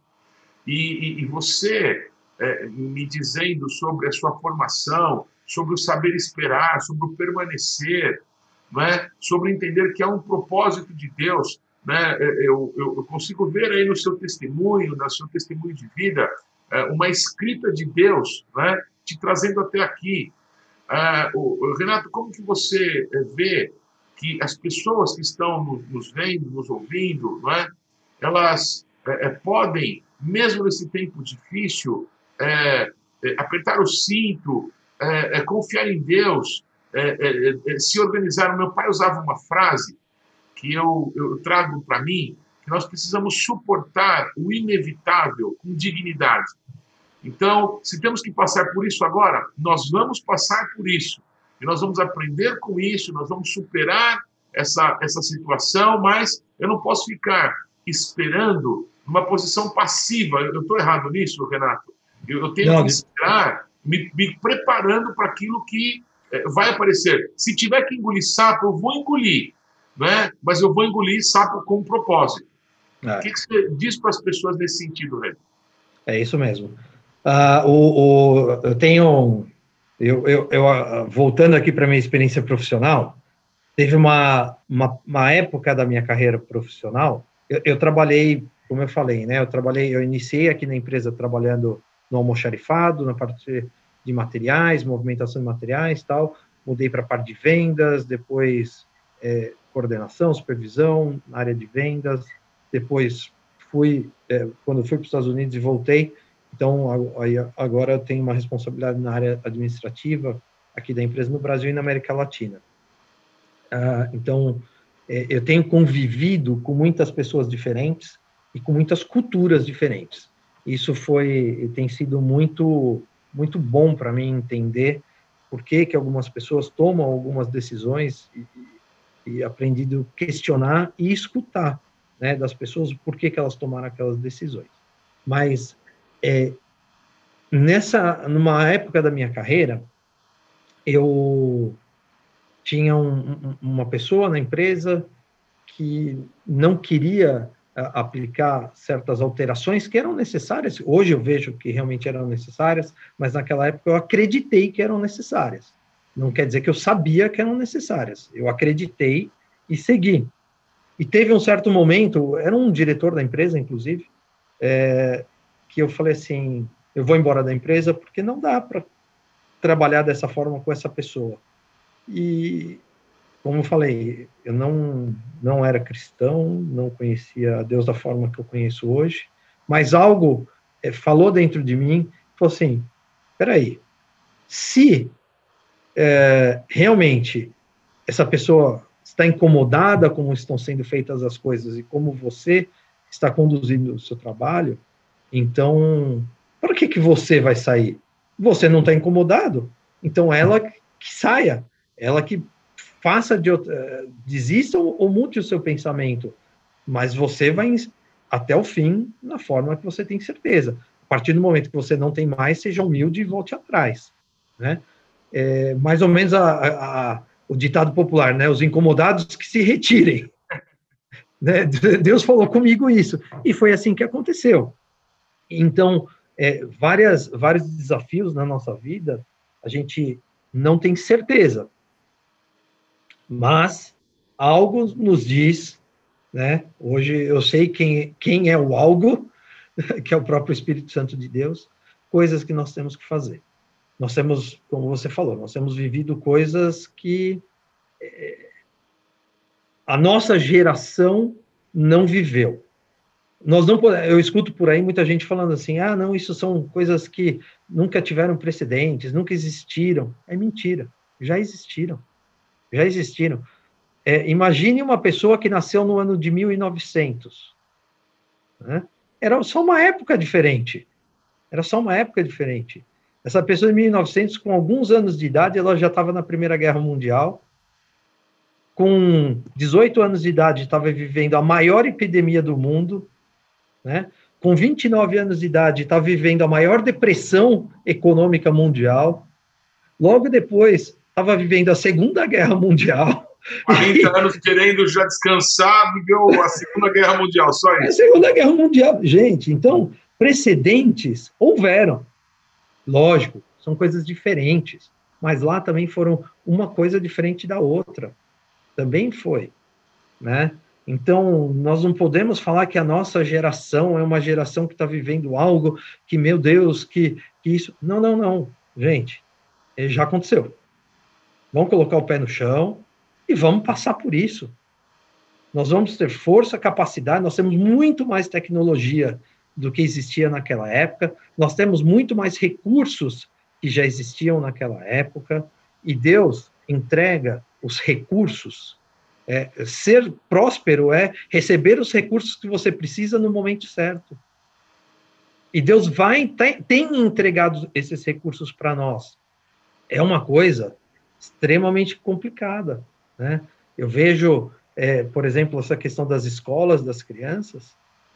E, e, e você é, me dizendo sobre a sua formação, sobre o saber esperar, sobre o permanecer, né, sobre entender que há um propósito de Deus, né, eu, eu, eu consigo ver aí no seu testemunho, no seu testemunho de vida, uma escrita de Deus, né, te trazendo até aqui. Ah, o, Renato, como que você vê que as pessoas que estão nos, nos vendo, nos ouvindo, não é? Elas é, podem, mesmo nesse tempo difícil, é, é, apertar o cinto, é, é, confiar em Deus, é, é, se organizar? Meu pai usava uma frase que eu, eu trago para mim, que nós precisamos suportar o inevitável com dignidade. Então, se temos que passar por isso agora, nós vamos passar por isso. E nós vamos aprender com isso, nós vamos superar essa, essa situação, mas eu não posso ficar esperando numa posição passiva. Eu estou errado nisso, Renato? Eu, eu tenho não, que esperar, me, me preparando para aquilo que é, vai aparecer. Se tiver que engolir sapo, eu vou engolir, né? Mas eu vou engolir sapo com um propósito. É. O que, que você diz para as pessoas nesse sentido, Renato? É isso mesmo. Uh, o, o, eu tenho, eu, eu, eu voltando aqui para a minha experiência profissional, teve uma, uma, uma época da minha carreira profissional, eu, eu trabalhei, como eu falei, né, eu trabalhei, eu iniciei aqui na empresa trabalhando no almoxarifado, na parte de materiais, movimentação de materiais, tal, mudei para a parte de vendas, depois é, coordenação, supervisão, na área de vendas, depois fui, é, quando fui para os Estados Unidos e voltei, então, aí, agora eu tenho uma responsabilidade na área administrativa aqui da empresa no Brasil e na América Latina. Ah, então, é, eu tenho convivido com muitas pessoas diferentes e com muitas culturas diferentes. Isso foi, tem sido muito, muito bom para mim entender por que que algumas pessoas tomam algumas decisões e, e aprendido a questionar e escutar, né, das pessoas por que que elas tomaram aquelas decisões. Mas É, nessa, numa época da minha carreira, eu tinha um, um, uma pessoa na empresa que não queria a, aplicar certas alterações que eram necessárias. Hoje eu vejo que realmente eram necessárias, mas naquela época eu acreditei que eram necessárias. Não quer dizer que eu sabia que eram necessárias. Eu acreditei e segui. E teve um certo momento, era um diretor da empresa, inclusive, é, que eu falei assim, eu vou embora da empresa porque não dá para trabalhar dessa forma com essa pessoa. E, como eu falei, eu não, não era cristão, não conhecia a Deus da forma que eu conheço hoje, mas algo é, falou dentro de mim, falou assim, peraí, se é, realmente essa pessoa está incomodada como estão sendo feitas as coisas e como você está conduzindo o seu trabalho, então, para que que você vai sair? Você não está incomodado? Então, ela que saia, ela que faça de outra, desista ou, ou mude o seu pensamento, mas você vai até o fim na forma que você tem certeza. A partir do momento que você não tem mais, seja humilde e volte atrás, né? É, mais ou menos a, a, a, o ditado popular, né? Os incomodados que se retirem. Né? Deus falou comigo isso, e foi assim que aconteceu. Então, é, várias, vários desafios na nossa vida, a gente não tem certeza, mas algo nos diz, né? Hoje eu sei quem, quem é o algo, que é o próprio Espírito Santo de Deus, coisas que nós temos que fazer. Nós temos, como você falou, nós temos vivido coisas que é, a nossa geração não viveu. Nós não podemos, eu escuto por aí muita gente falando assim, ah, não, isso são coisas que nunca tiveram precedentes, nunca existiram. É mentira, já existiram, já existiram. É, imagine uma pessoa que nasceu no ano de mil e novecentos, né? Era só uma época diferente, era só uma época diferente. Essa pessoa de mil e novecentos, com alguns anos de idade, ela já estava na Primeira Guerra Mundial, com dezoito anos de idade, estava vivendo a maior epidemia do mundo, né? Com vinte e nove anos de idade, estava vivendo a maior depressão econômica mundial. Logo depois, estava vivendo a Segunda Guerra Mundial. quarenta anos querendo já descansar, viveu a Segunda Guerra Mundial, só isso. A Segunda Guerra Mundial. Gente, então, precedentes houveram. Lógico, são coisas diferentes, mas lá também foram uma coisa diferente da outra. Também foi, né? Então, nós não podemos falar que a nossa geração é uma geração que está vivendo algo que, meu Deus, que, que isso... Não, não, não. Gente, já aconteceu. Vamos colocar o pé no chão e vamos passar por isso. Nós vamos ter força, capacidade, nós temos muito mais tecnologia do que existia naquela época, nós temos muito mais recursos que já existiam naquela época, e Deus entrega os recursos. É, ser próspero é receber os recursos que você precisa no momento certo. E Deus vai, tem, tem entregado esses recursos para nós. É uma coisa extremamente complicada, né? Eu vejo, é, por exemplo, essa questão das escolas, das crianças,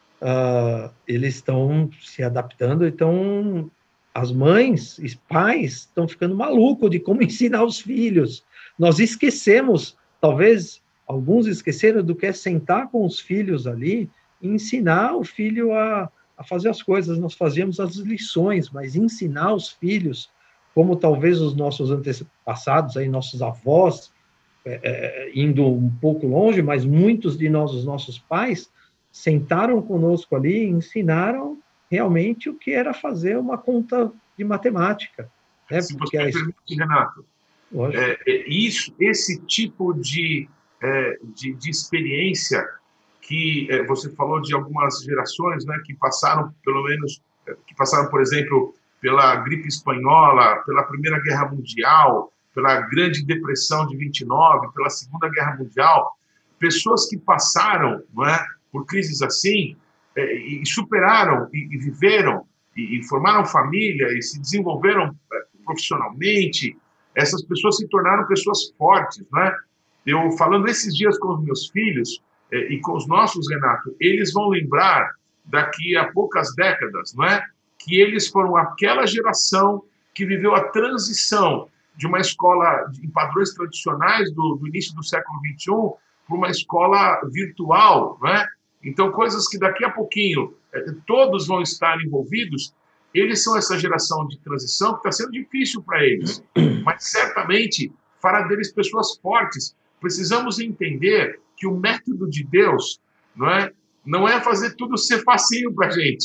uh, eles estão se adaptando, então as mães e pais estão ficando malucos de como ensinar os filhos. Nós esquecemos, talvez alguns esqueceram do que é sentar com os filhos ali e ensinar o filho a, a fazer as coisas. Nós fazíamos as lições, mas ensinar os filhos, como talvez os nossos antepassados, aí, nossos avós, é, é, indo um pouco longe, mas muitos de nós, os nossos pais, sentaram conosco ali e ensinaram realmente o que era fazer uma conta de matemática. Né? Se Porque você a... permite, Renato, é, é, isso, esse tipo de, é, de, de experiência que é, você falou de algumas gerações, né, que passaram, pelo menos, que passaram, por exemplo, pela gripe espanhola, pela Primeira Guerra Mundial, pela Grande Depressão de vinte e nove, pela Segunda Guerra Mundial, pessoas que passaram, não é, por crises assim, é, e superaram, e, e viveram, e, e formaram família, e se desenvolveram é, profissionalmente, essas pessoas se tornaram pessoas fortes, né? Eu, falando esses dias com os meus filhos, é, e com os nossos, Renato, eles vão lembrar, daqui a poucas décadas, não é? Que eles foram aquela geração que viveu a transição de uma escola em padrões tradicionais do, do início do século vinte e um para uma escola virtual, não é? Então, coisas que daqui a pouquinho eh, todos vão estar envolvidos, eles são essa geração de transição que está sendo difícil para eles, mas certamente fará deles pessoas fortes. Precisamos entender que o método de Deus, não é, não é fazer tudo ser facinho para a gente.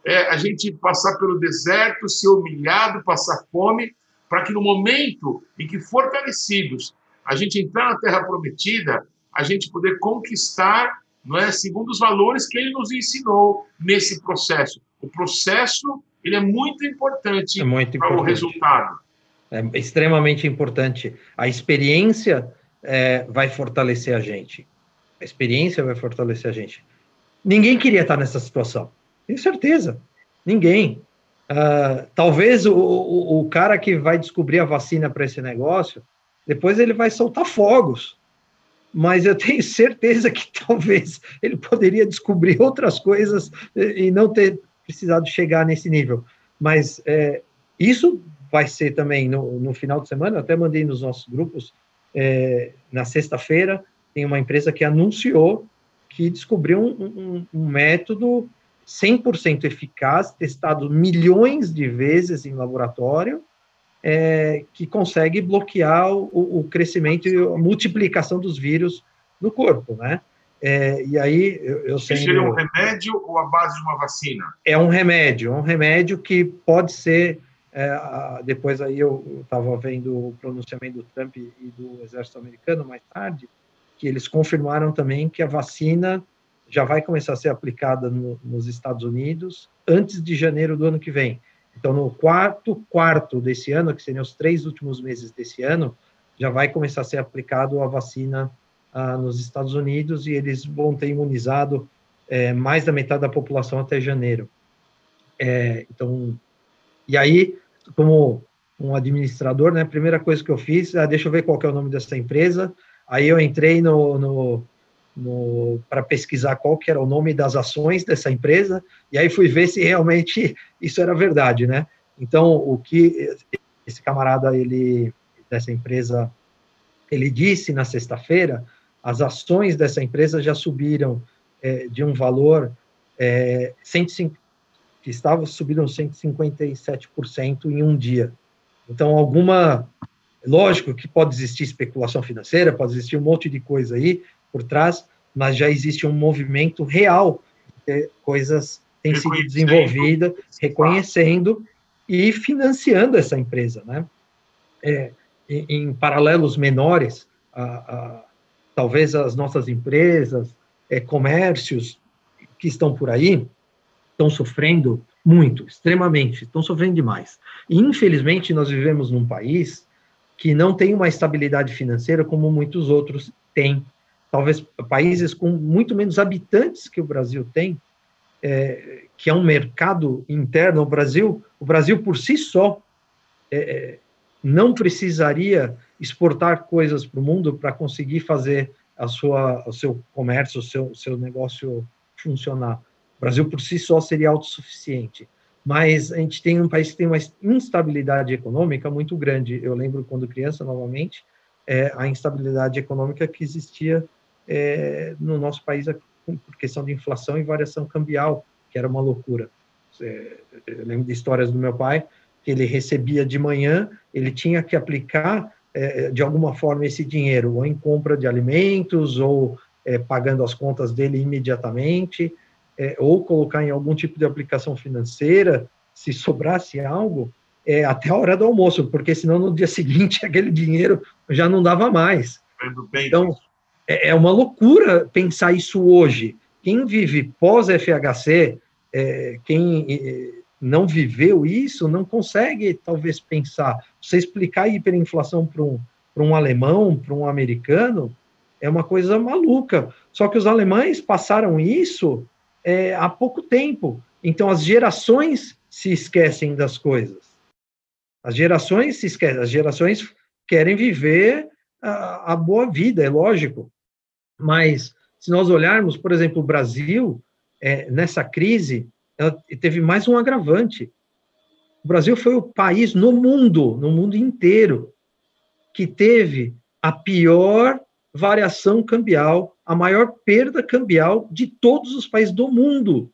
é, a gente passar pelo deserto, ser humilhado, passar fome, para que no momento em que fortalecidos a gente entrar na Terra Prometida, a gente poder conquistar, não é, segundo os valores que ele nos ensinou nesse processo. O processo, ele é muito importante É muito para o importante. resultado. É extremamente importante. A experiência é, vai fortalecer a gente. A experiência vai fortalecer a gente. Ninguém queria estar nessa situação. Tenho certeza. Ninguém. Uh, talvez o, o, o cara que vai descobrir a vacina para esse negócio, depois ele vai soltar fogos. Mas eu tenho certeza que talvez ele poderia descobrir outras coisas e não ter precisado chegar nesse nível. Mas é, isso vai ser também no, no final de semana, eu até mandei nos nossos grupos, é, na sexta-feira, tem uma empresa que anunciou que descobriu um, um, um método cem por cento eficaz, testado milhões de vezes em laboratório, é, que consegue bloquear o, o crescimento e a multiplicação dos vírus no corpo, né? É, e aí, eu, eu sendo... Seria um remédio ou a base de uma vacina? É um remédio, um remédio que pode ser... É, depois aí eu estava vendo o pronunciamento do Trump e do Exército Americano mais tarde, que eles confirmaram também que a vacina já vai começar a ser aplicada no, nos Estados Unidos antes de janeiro do ano que vem. Então, no quarto quarto desse ano, que seriam os três últimos meses desse ano, já vai começar a ser aplicado a vacina ah, nos Estados Unidos e eles vão ter imunizado é, mais da metade da população até janeiro. É, então, e aí, como um administrador, né, a primeira coisa que eu fiz, ah, deixa eu ver qual que é o nome dessa empresa, aí eu entrei no, no, no para pesquisar qual que era o nome das ações dessa empresa, e aí fui ver se realmente isso era verdade, né? Então, o que esse camarada, ele, dessa empresa, ele disse na sexta-feira, as ações dessa empresa já subiram é, de um valor é, cento e cinco, que estava subindo cento e cinquenta e sete por cento em um dia. Então, alguma... Lógico que pode existir especulação financeira, pode existir um monte de coisa aí por trás, mas já existe um movimento real de coisas têm sido desenvolvidas, reconhecendo e financiando essa empresa, né? É, em, em paralelos menores, a, a, talvez as nossas empresas, é, comércios que estão por aí, estão sofrendo muito, extremamente, estão sofrendo demais. E, infelizmente, nós vivemos num país que não tem uma estabilidade financeira como muitos outros têm. Talvez países com muito menos habitantes que o Brasil tem, é, que é um mercado interno. O Brasil, o Brasil por si só, é, não precisaria exportar coisas para o mundo para conseguir fazer a sua, o seu comércio, o seu, o seu negócio funcionar. O Brasil, por si só, seria autossuficiente. Mas a gente tem um país que tem uma instabilidade econômica muito grande. Eu lembro, quando criança, novamente, é, a instabilidade econômica que existia é, no nosso país por questão de inflação e variação cambial, que era uma loucura. É, eu lembro de histórias do meu pai, que ele recebia de manhã, ele tinha que aplicar, é, de alguma forma, esse dinheiro, ou em compra de alimentos, ou é, pagando as contas dele imediatamente, É, ou colocar em algum tipo de aplicação financeira, se sobrasse algo, é, até a hora do almoço, porque senão no dia seguinte aquele dinheiro já não dava mais. Então, é, é uma loucura pensar isso hoje. Quem vive pós-F H C, é, quem é, não viveu isso, não consegue, talvez, pensar. Você explicar a hiperinflação para um, para um alemão, para um americano, é uma coisa maluca. Só que os alemães passaram isso É, há pouco tempo. Então, as gerações se esquecem das coisas. As gerações se esquecem. As gerações querem viver a, a boa vida, é lógico. Mas, se nós olharmos, por exemplo, o Brasil, é, nessa crise, ela teve mais um agravante. O Brasil foi o país no mundo, no mundo inteiro, que teve a pior variação cambial, a maior perda cambial de todos os países do mundo.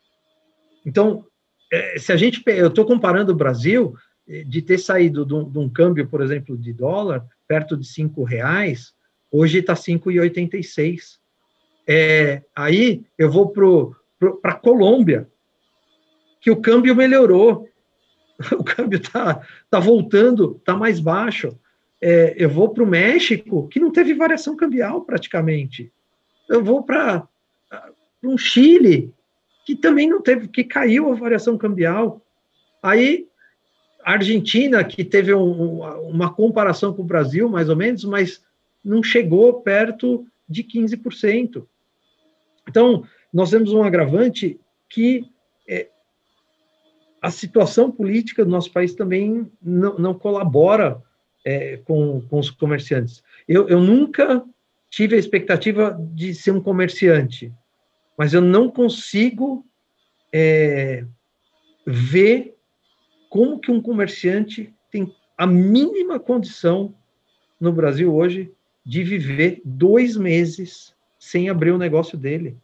Então, se a gente... Eu estou comparando o Brasil, de ter saído de um, de um câmbio, por exemplo, de dólar, perto de cinco reais, hoje está cinco reais e oitenta e seis. É, aí eu vou para a Colômbia, que o câmbio melhorou. O câmbio está tá voltando, está mais baixo. É, eu vou para o México, que não teve variação cambial praticamente. Eu vou para um Chile, que também não teve, que caiu a variação cambial. Aí, a Argentina, que teve um, uma comparação com o Brasil, mais ou menos, mas não chegou perto de quinze por cento. Então, nós temos um agravante que é, a situação política do nosso país também não, não colabora é, com, com os comerciantes. Eu, eu nunca tive a expectativa de ser um comerciante, mas eu não consigo é, ver como que um comerciante tem a mínima condição no Brasil hoje de viver dois meses sem abrir o negócio dele.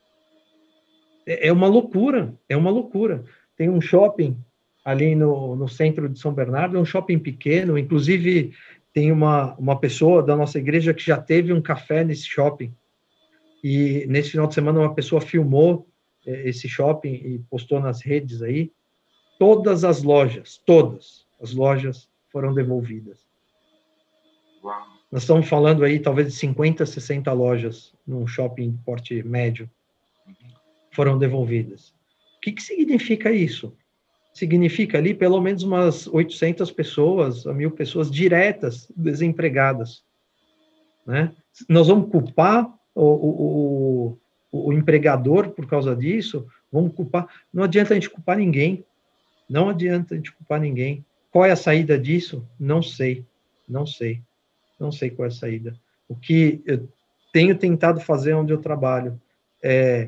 É uma loucura, é uma loucura. Tem um shopping ali no, no centro de São Bernardo, é um shopping pequeno, inclusive tem uma, uma pessoa da nossa igreja que já teve um café nesse shopping, e nesse final de semana uma pessoa filmou é, esse shopping e postou nas redes aí. Todas as lojas, todas as lojas foram devolvidas. Uau. Nós estamos falando aí talvez de cinquenta, sessenta lojas num shopping de porte médio foram devolvidas. O que, que significa isso? Significa ali pelo menos umas oitocentas pessoas, a mil pessoas diretas desempregadas. Né? Nós vamos culpar o, o, o, o empregador por causa disso? Vamos culpar? Não adianta a gente culpar ninguém. Não adianta a gente culpar ninguém. Qual é a saída disso? Não sei. Não sei. Não sei qual é a saída. O que eu tenho tentado fazer onde eu trabalho é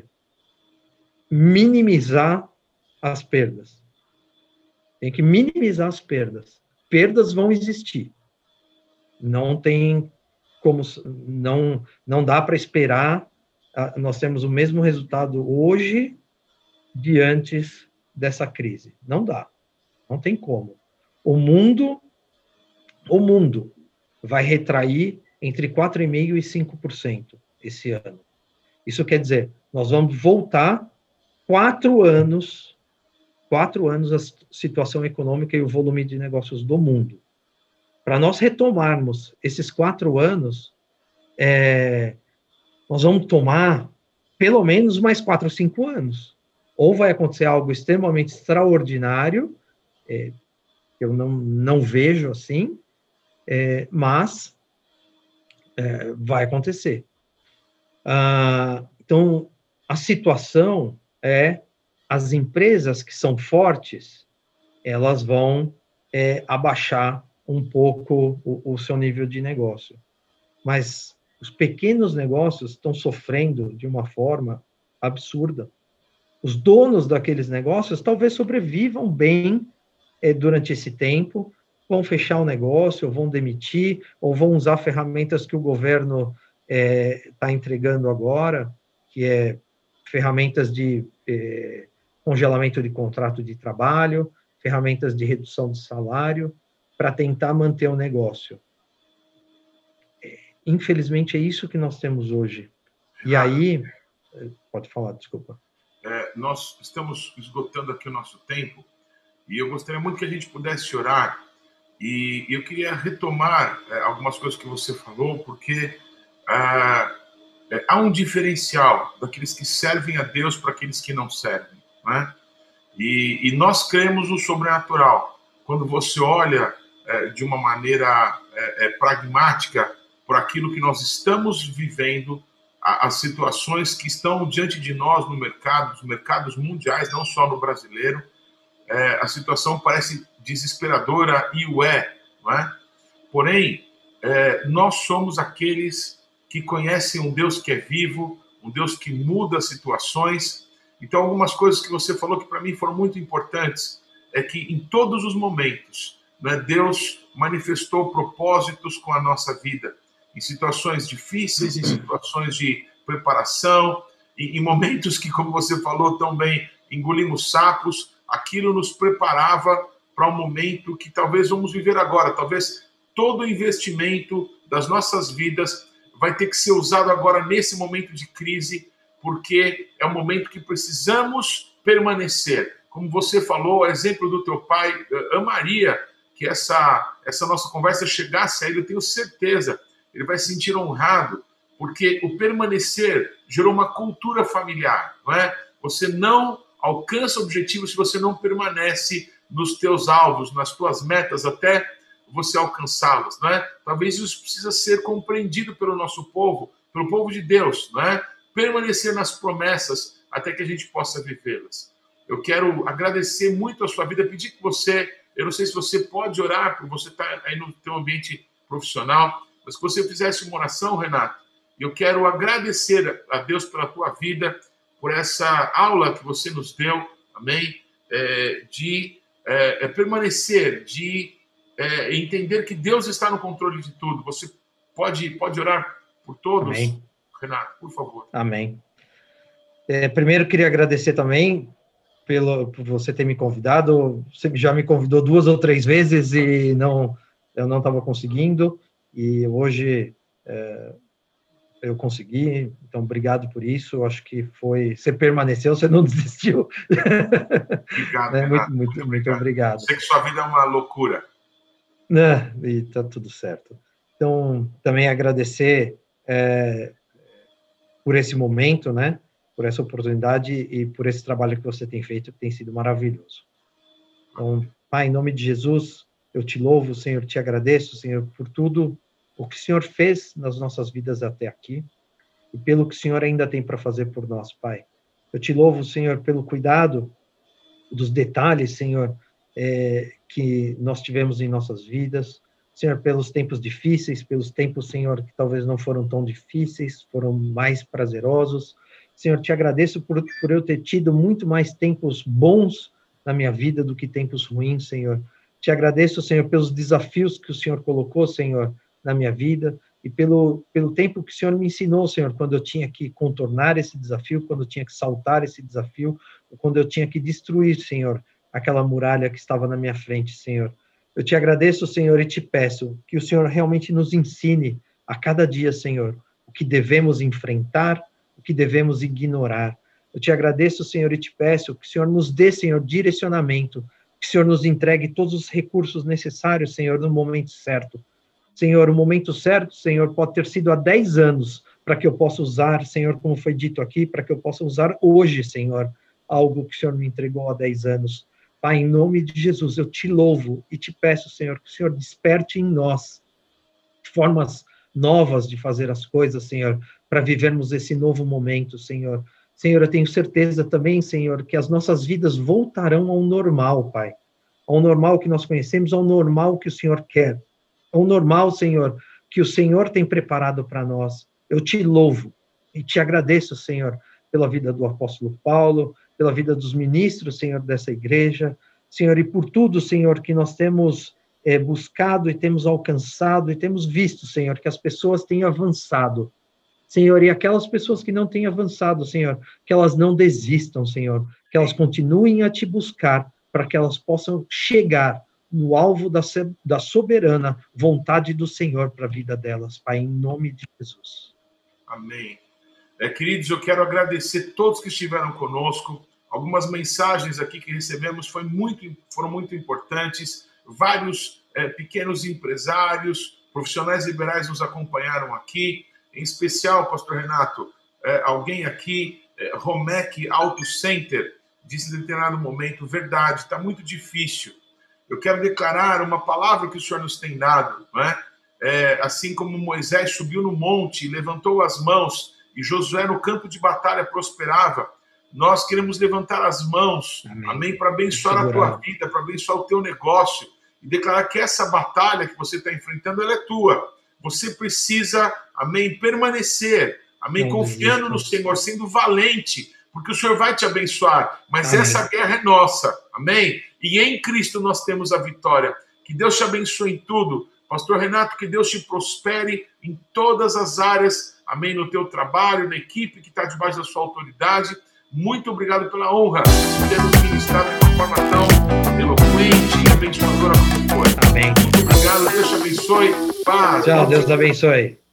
minimizar as perdas. Tem que minimizar as perdas. Perdas vão existir. Não tem como, não, não dá para esperar. Nós temos o mesmo resultado hoje de antes dessa crise. Não dá. Não tem como. O mundo, o mundo vai retrair entre quatro vírgula cinco por cento e cinco por cento esse ano. Isso quer dizer, nós vamos voltar quatro anos, quatro anos a situação econômica e o volume de negócios do mundo. Para nós retomarmos esses quatro anos, é, nós vamos tomar pelo menos mais quatro, cinco anos. Ou vai acontecer algo extremamente extraordinário, é, eu não, não vejo assim, é, mas é, vai acontecer. Ah, então, a situação é, as empresas que são fortes, elas vão é, abaixar um pouco o, o seu nível de negócio. Mas os pequenos negócios estão sofrendo de uma forma absurda. Os donos daqueles negócios talvez sobrevivam bem é, durante esse tempo, vão fechar o negócio, ou vão demitir, ou vão usar ferramentas que o governo está é, entregando agora, que é ferramentas de é, congelamento de contrato de trabalho, ferramentas de redução de salário, para tentar manter o negócio. É, infelizmente, é isso que nós temos hoje. E aí... Pode falar, desculpa. É, nós estamos esgotando aqui o nosso tempo, e eu gostaria muito que a gente pudesse orar, e eu queria retomar é, algumas coisas que você falou, porque ah, é, há um diferencial daqueles que servem a Deus para aqueles que não servem, né? E, e nós cremos no sobrenatural. Quando você olha é, de uma maneira é, é, pragmática por aquilo que nós estamos vivendo, a, as situações que estão diante de nós no mercado, nos mercados mundiais, não só no brasileiro, é, a situação parece desesperadora, e o é, não é? Porém, é, nós somos aqueles que conhecem um Deus que é vivo, um Deus que muda situações. Então, algumas coisas que você falou que para mim foram muito importantes, é que em todos os momentos, né, Deus manifestou propósitos com a nossa vida, em situações difíceis, em situações de preparação, em, em momentos que, como você falou tão bem, engolimos sapos, aquilo nos preparava para um momento que talvez vamos viver agora. Talvez todo o investimento das nossas vidas vai ter que ser usado agora nesse momento de crise, porque é um momento que precisamos permanecer como você falou, exemplo do teu pai, amaria que essa, essa nossa conversa chegasse a ele, eu tenho certeza, ele vai se sentir honrado, porque o permanecer gerou uma cultura familiar, não é? Você não alcança objetivos se você não permanece nos teus alvos, nas tuas metas, até você alcançá-las, não é? Talvez isso precisa ser compreendido pelo nosso povo, pelo povo de Deus, não é? Permanecer nas promessas até que a gente possa vivê-las. Eu quero agradecer muito a sua vida, pedir que você, eu não sei se você pode orar, porque você está aí no teu ambiente profissional, mas que você fizesse uma oração, Renato. Eu quero agradecer a Deus pela tua vida, por essa aula que você nos deu, amém? É, de é, é permanecer, de é, entender que Deus está no controle de tudo. Você pode, pode orar por todos? Amém. Renato, por favor. Amém. É, primeiro, queria agradecer também pelo, por você ter me convidado. Você já me convidou duas ou três vezes e não, eu não estava conseguindo. E hoje é, eu consegui. Então, obrigado por isso. Eu acho que foi... Você permaneceu, você não desistiu. Obrigado, é, Renato. muito, muito, Muito obrigado. muito obrigado. Sei que sua vida é uma loucura. É, e está tudo certo. Então, também agradecer é, por esse momento, né? Por essa oportunidade e por esse trabalho que você tem feito, que tem sido maravilhoso. Então, Pai, em nome de Jesus, eu te louvo, Senhor, te agradeço, Senhor, por tudo o que o Senhor fez nas nossas vidas até aqui e pelo que o Senhor ainda tem para fazer por nós, Pai. Eu te louvo, Senhor, pelo cuidado dos detalhes, Senhor, é, que nós tivemos em nossas vidas, Senhor, pelos tempos difíceis, pelos tempos, Senhor, que talvez não foram tão difíceis, foram mais prazerosos. Senhor, te agradeço por, por eu ter tido muito mais tempos bons na minha vida do que tempos ruins, Senhor. Te agradeço, Senhor, pelos desafios que o Senhor colocou, Senhor, na minha vida e pelo, pelo tempo que o Senhor me ensinou, Senhor, quando eu tinha que contornar esse desafio, quando eu tinha que saltar esse desafio, quando eu tinha que destruir, Senhor, aquela muralha que estava na minha frente, Senhor. Eu te agradeço, Senhor, e te peço que o Senhor realmente nos ensine a cada dia, Senhor, o que devemos enfrentar, o que devemos ignorar. Eu te agradeço, Senhor, e te peço que o Senhor nos dê, Senhor, direcionamento, que o Senhor nos entregue todos os recursos necessários, Senhor, no momento certo. Senhor, o momento certo, Senhor, pode ter sido há dez anos, para que eu possa usar, Senhor, como foi dito aqui, para que eu possa usar hoje, Senhor, algo que o Senhor me entregou há dez anos. Pai, em nome de Jesus, eu te louvo e te peço, Senhor, que o Senhor desperte em nós formas novas de fazer as coisas, Senhor, para vivermos esse novo momento, Senhor. Senhor, eu tenho certeza também, Senhor, que as nossas vidas voltarão ao normal, Pai. Ao normal que nós conhecemos, ao normal que o Senhor quer. Ao normal, Senhor, que o Senhor tem preparado para nós. Eu te louvo e te agradeço, Senhor, pela vida do apóstolo Paulo, pela vida dos ministros, Senhor, dessa igreja, Senhor, e por tudo, Senhor, que nós temos é, buscado e temos alcançado e temos visto, Senhor, que as pessoas têm avançado, Senhor, e aquelas pessoas que não têm avançado, Senhor, que elas não desistam, Senhor, que elas continuem a te buscar para que elas possam chegar no alvo da, da soberana vontade do Senhor para a vida delas, Pai, em nome de Jesus. Amém. É, queridos, eu quero agradecer todos que estiveram conosco. Algumas mensagens aqui que recebemos foi muito, foram muito importantes. Vários é, pequenos empresários, profissionais liberais nos acompanharam aqui. Em especial, pastor Renato, é, alguém aqui, é, Romec Auto Center, disse em determinado momento, verdade, está muito difícil. Eu quero declarar uma palavra que o Senhor nos tem dado, não é? É, assim como Moisés subiu no monte e levantou as mãos, e Josué no campo de batalha prosperava, nós queremos levantar as mãos, amém, amém para abençoar a tua vida, para abençoar o teu negócio, e declarar que essa batalha que você está enfrentando, ela é tua. Você precisa, amém, permanecer, amém, não confiando no Senhor, sendo valente, porque o Senhor vai te abençoar, mas amém, essa guerra é nossa, amém? E em Cristo nós temos a vitória. Que Deus te abençoe em tudo. Pastor Renato, que Deus te prospere em todas as áreas, amém, no teu trabalho, na equipe que está debaixo da sua autoridade. Muito obrigado pela honra de ter nos ministrado de uma forma tão eloquente e abençoadora como foi. Amém. Muito obrigado, Deus te abençoe. Paz. Tchau, Deus te abençoe.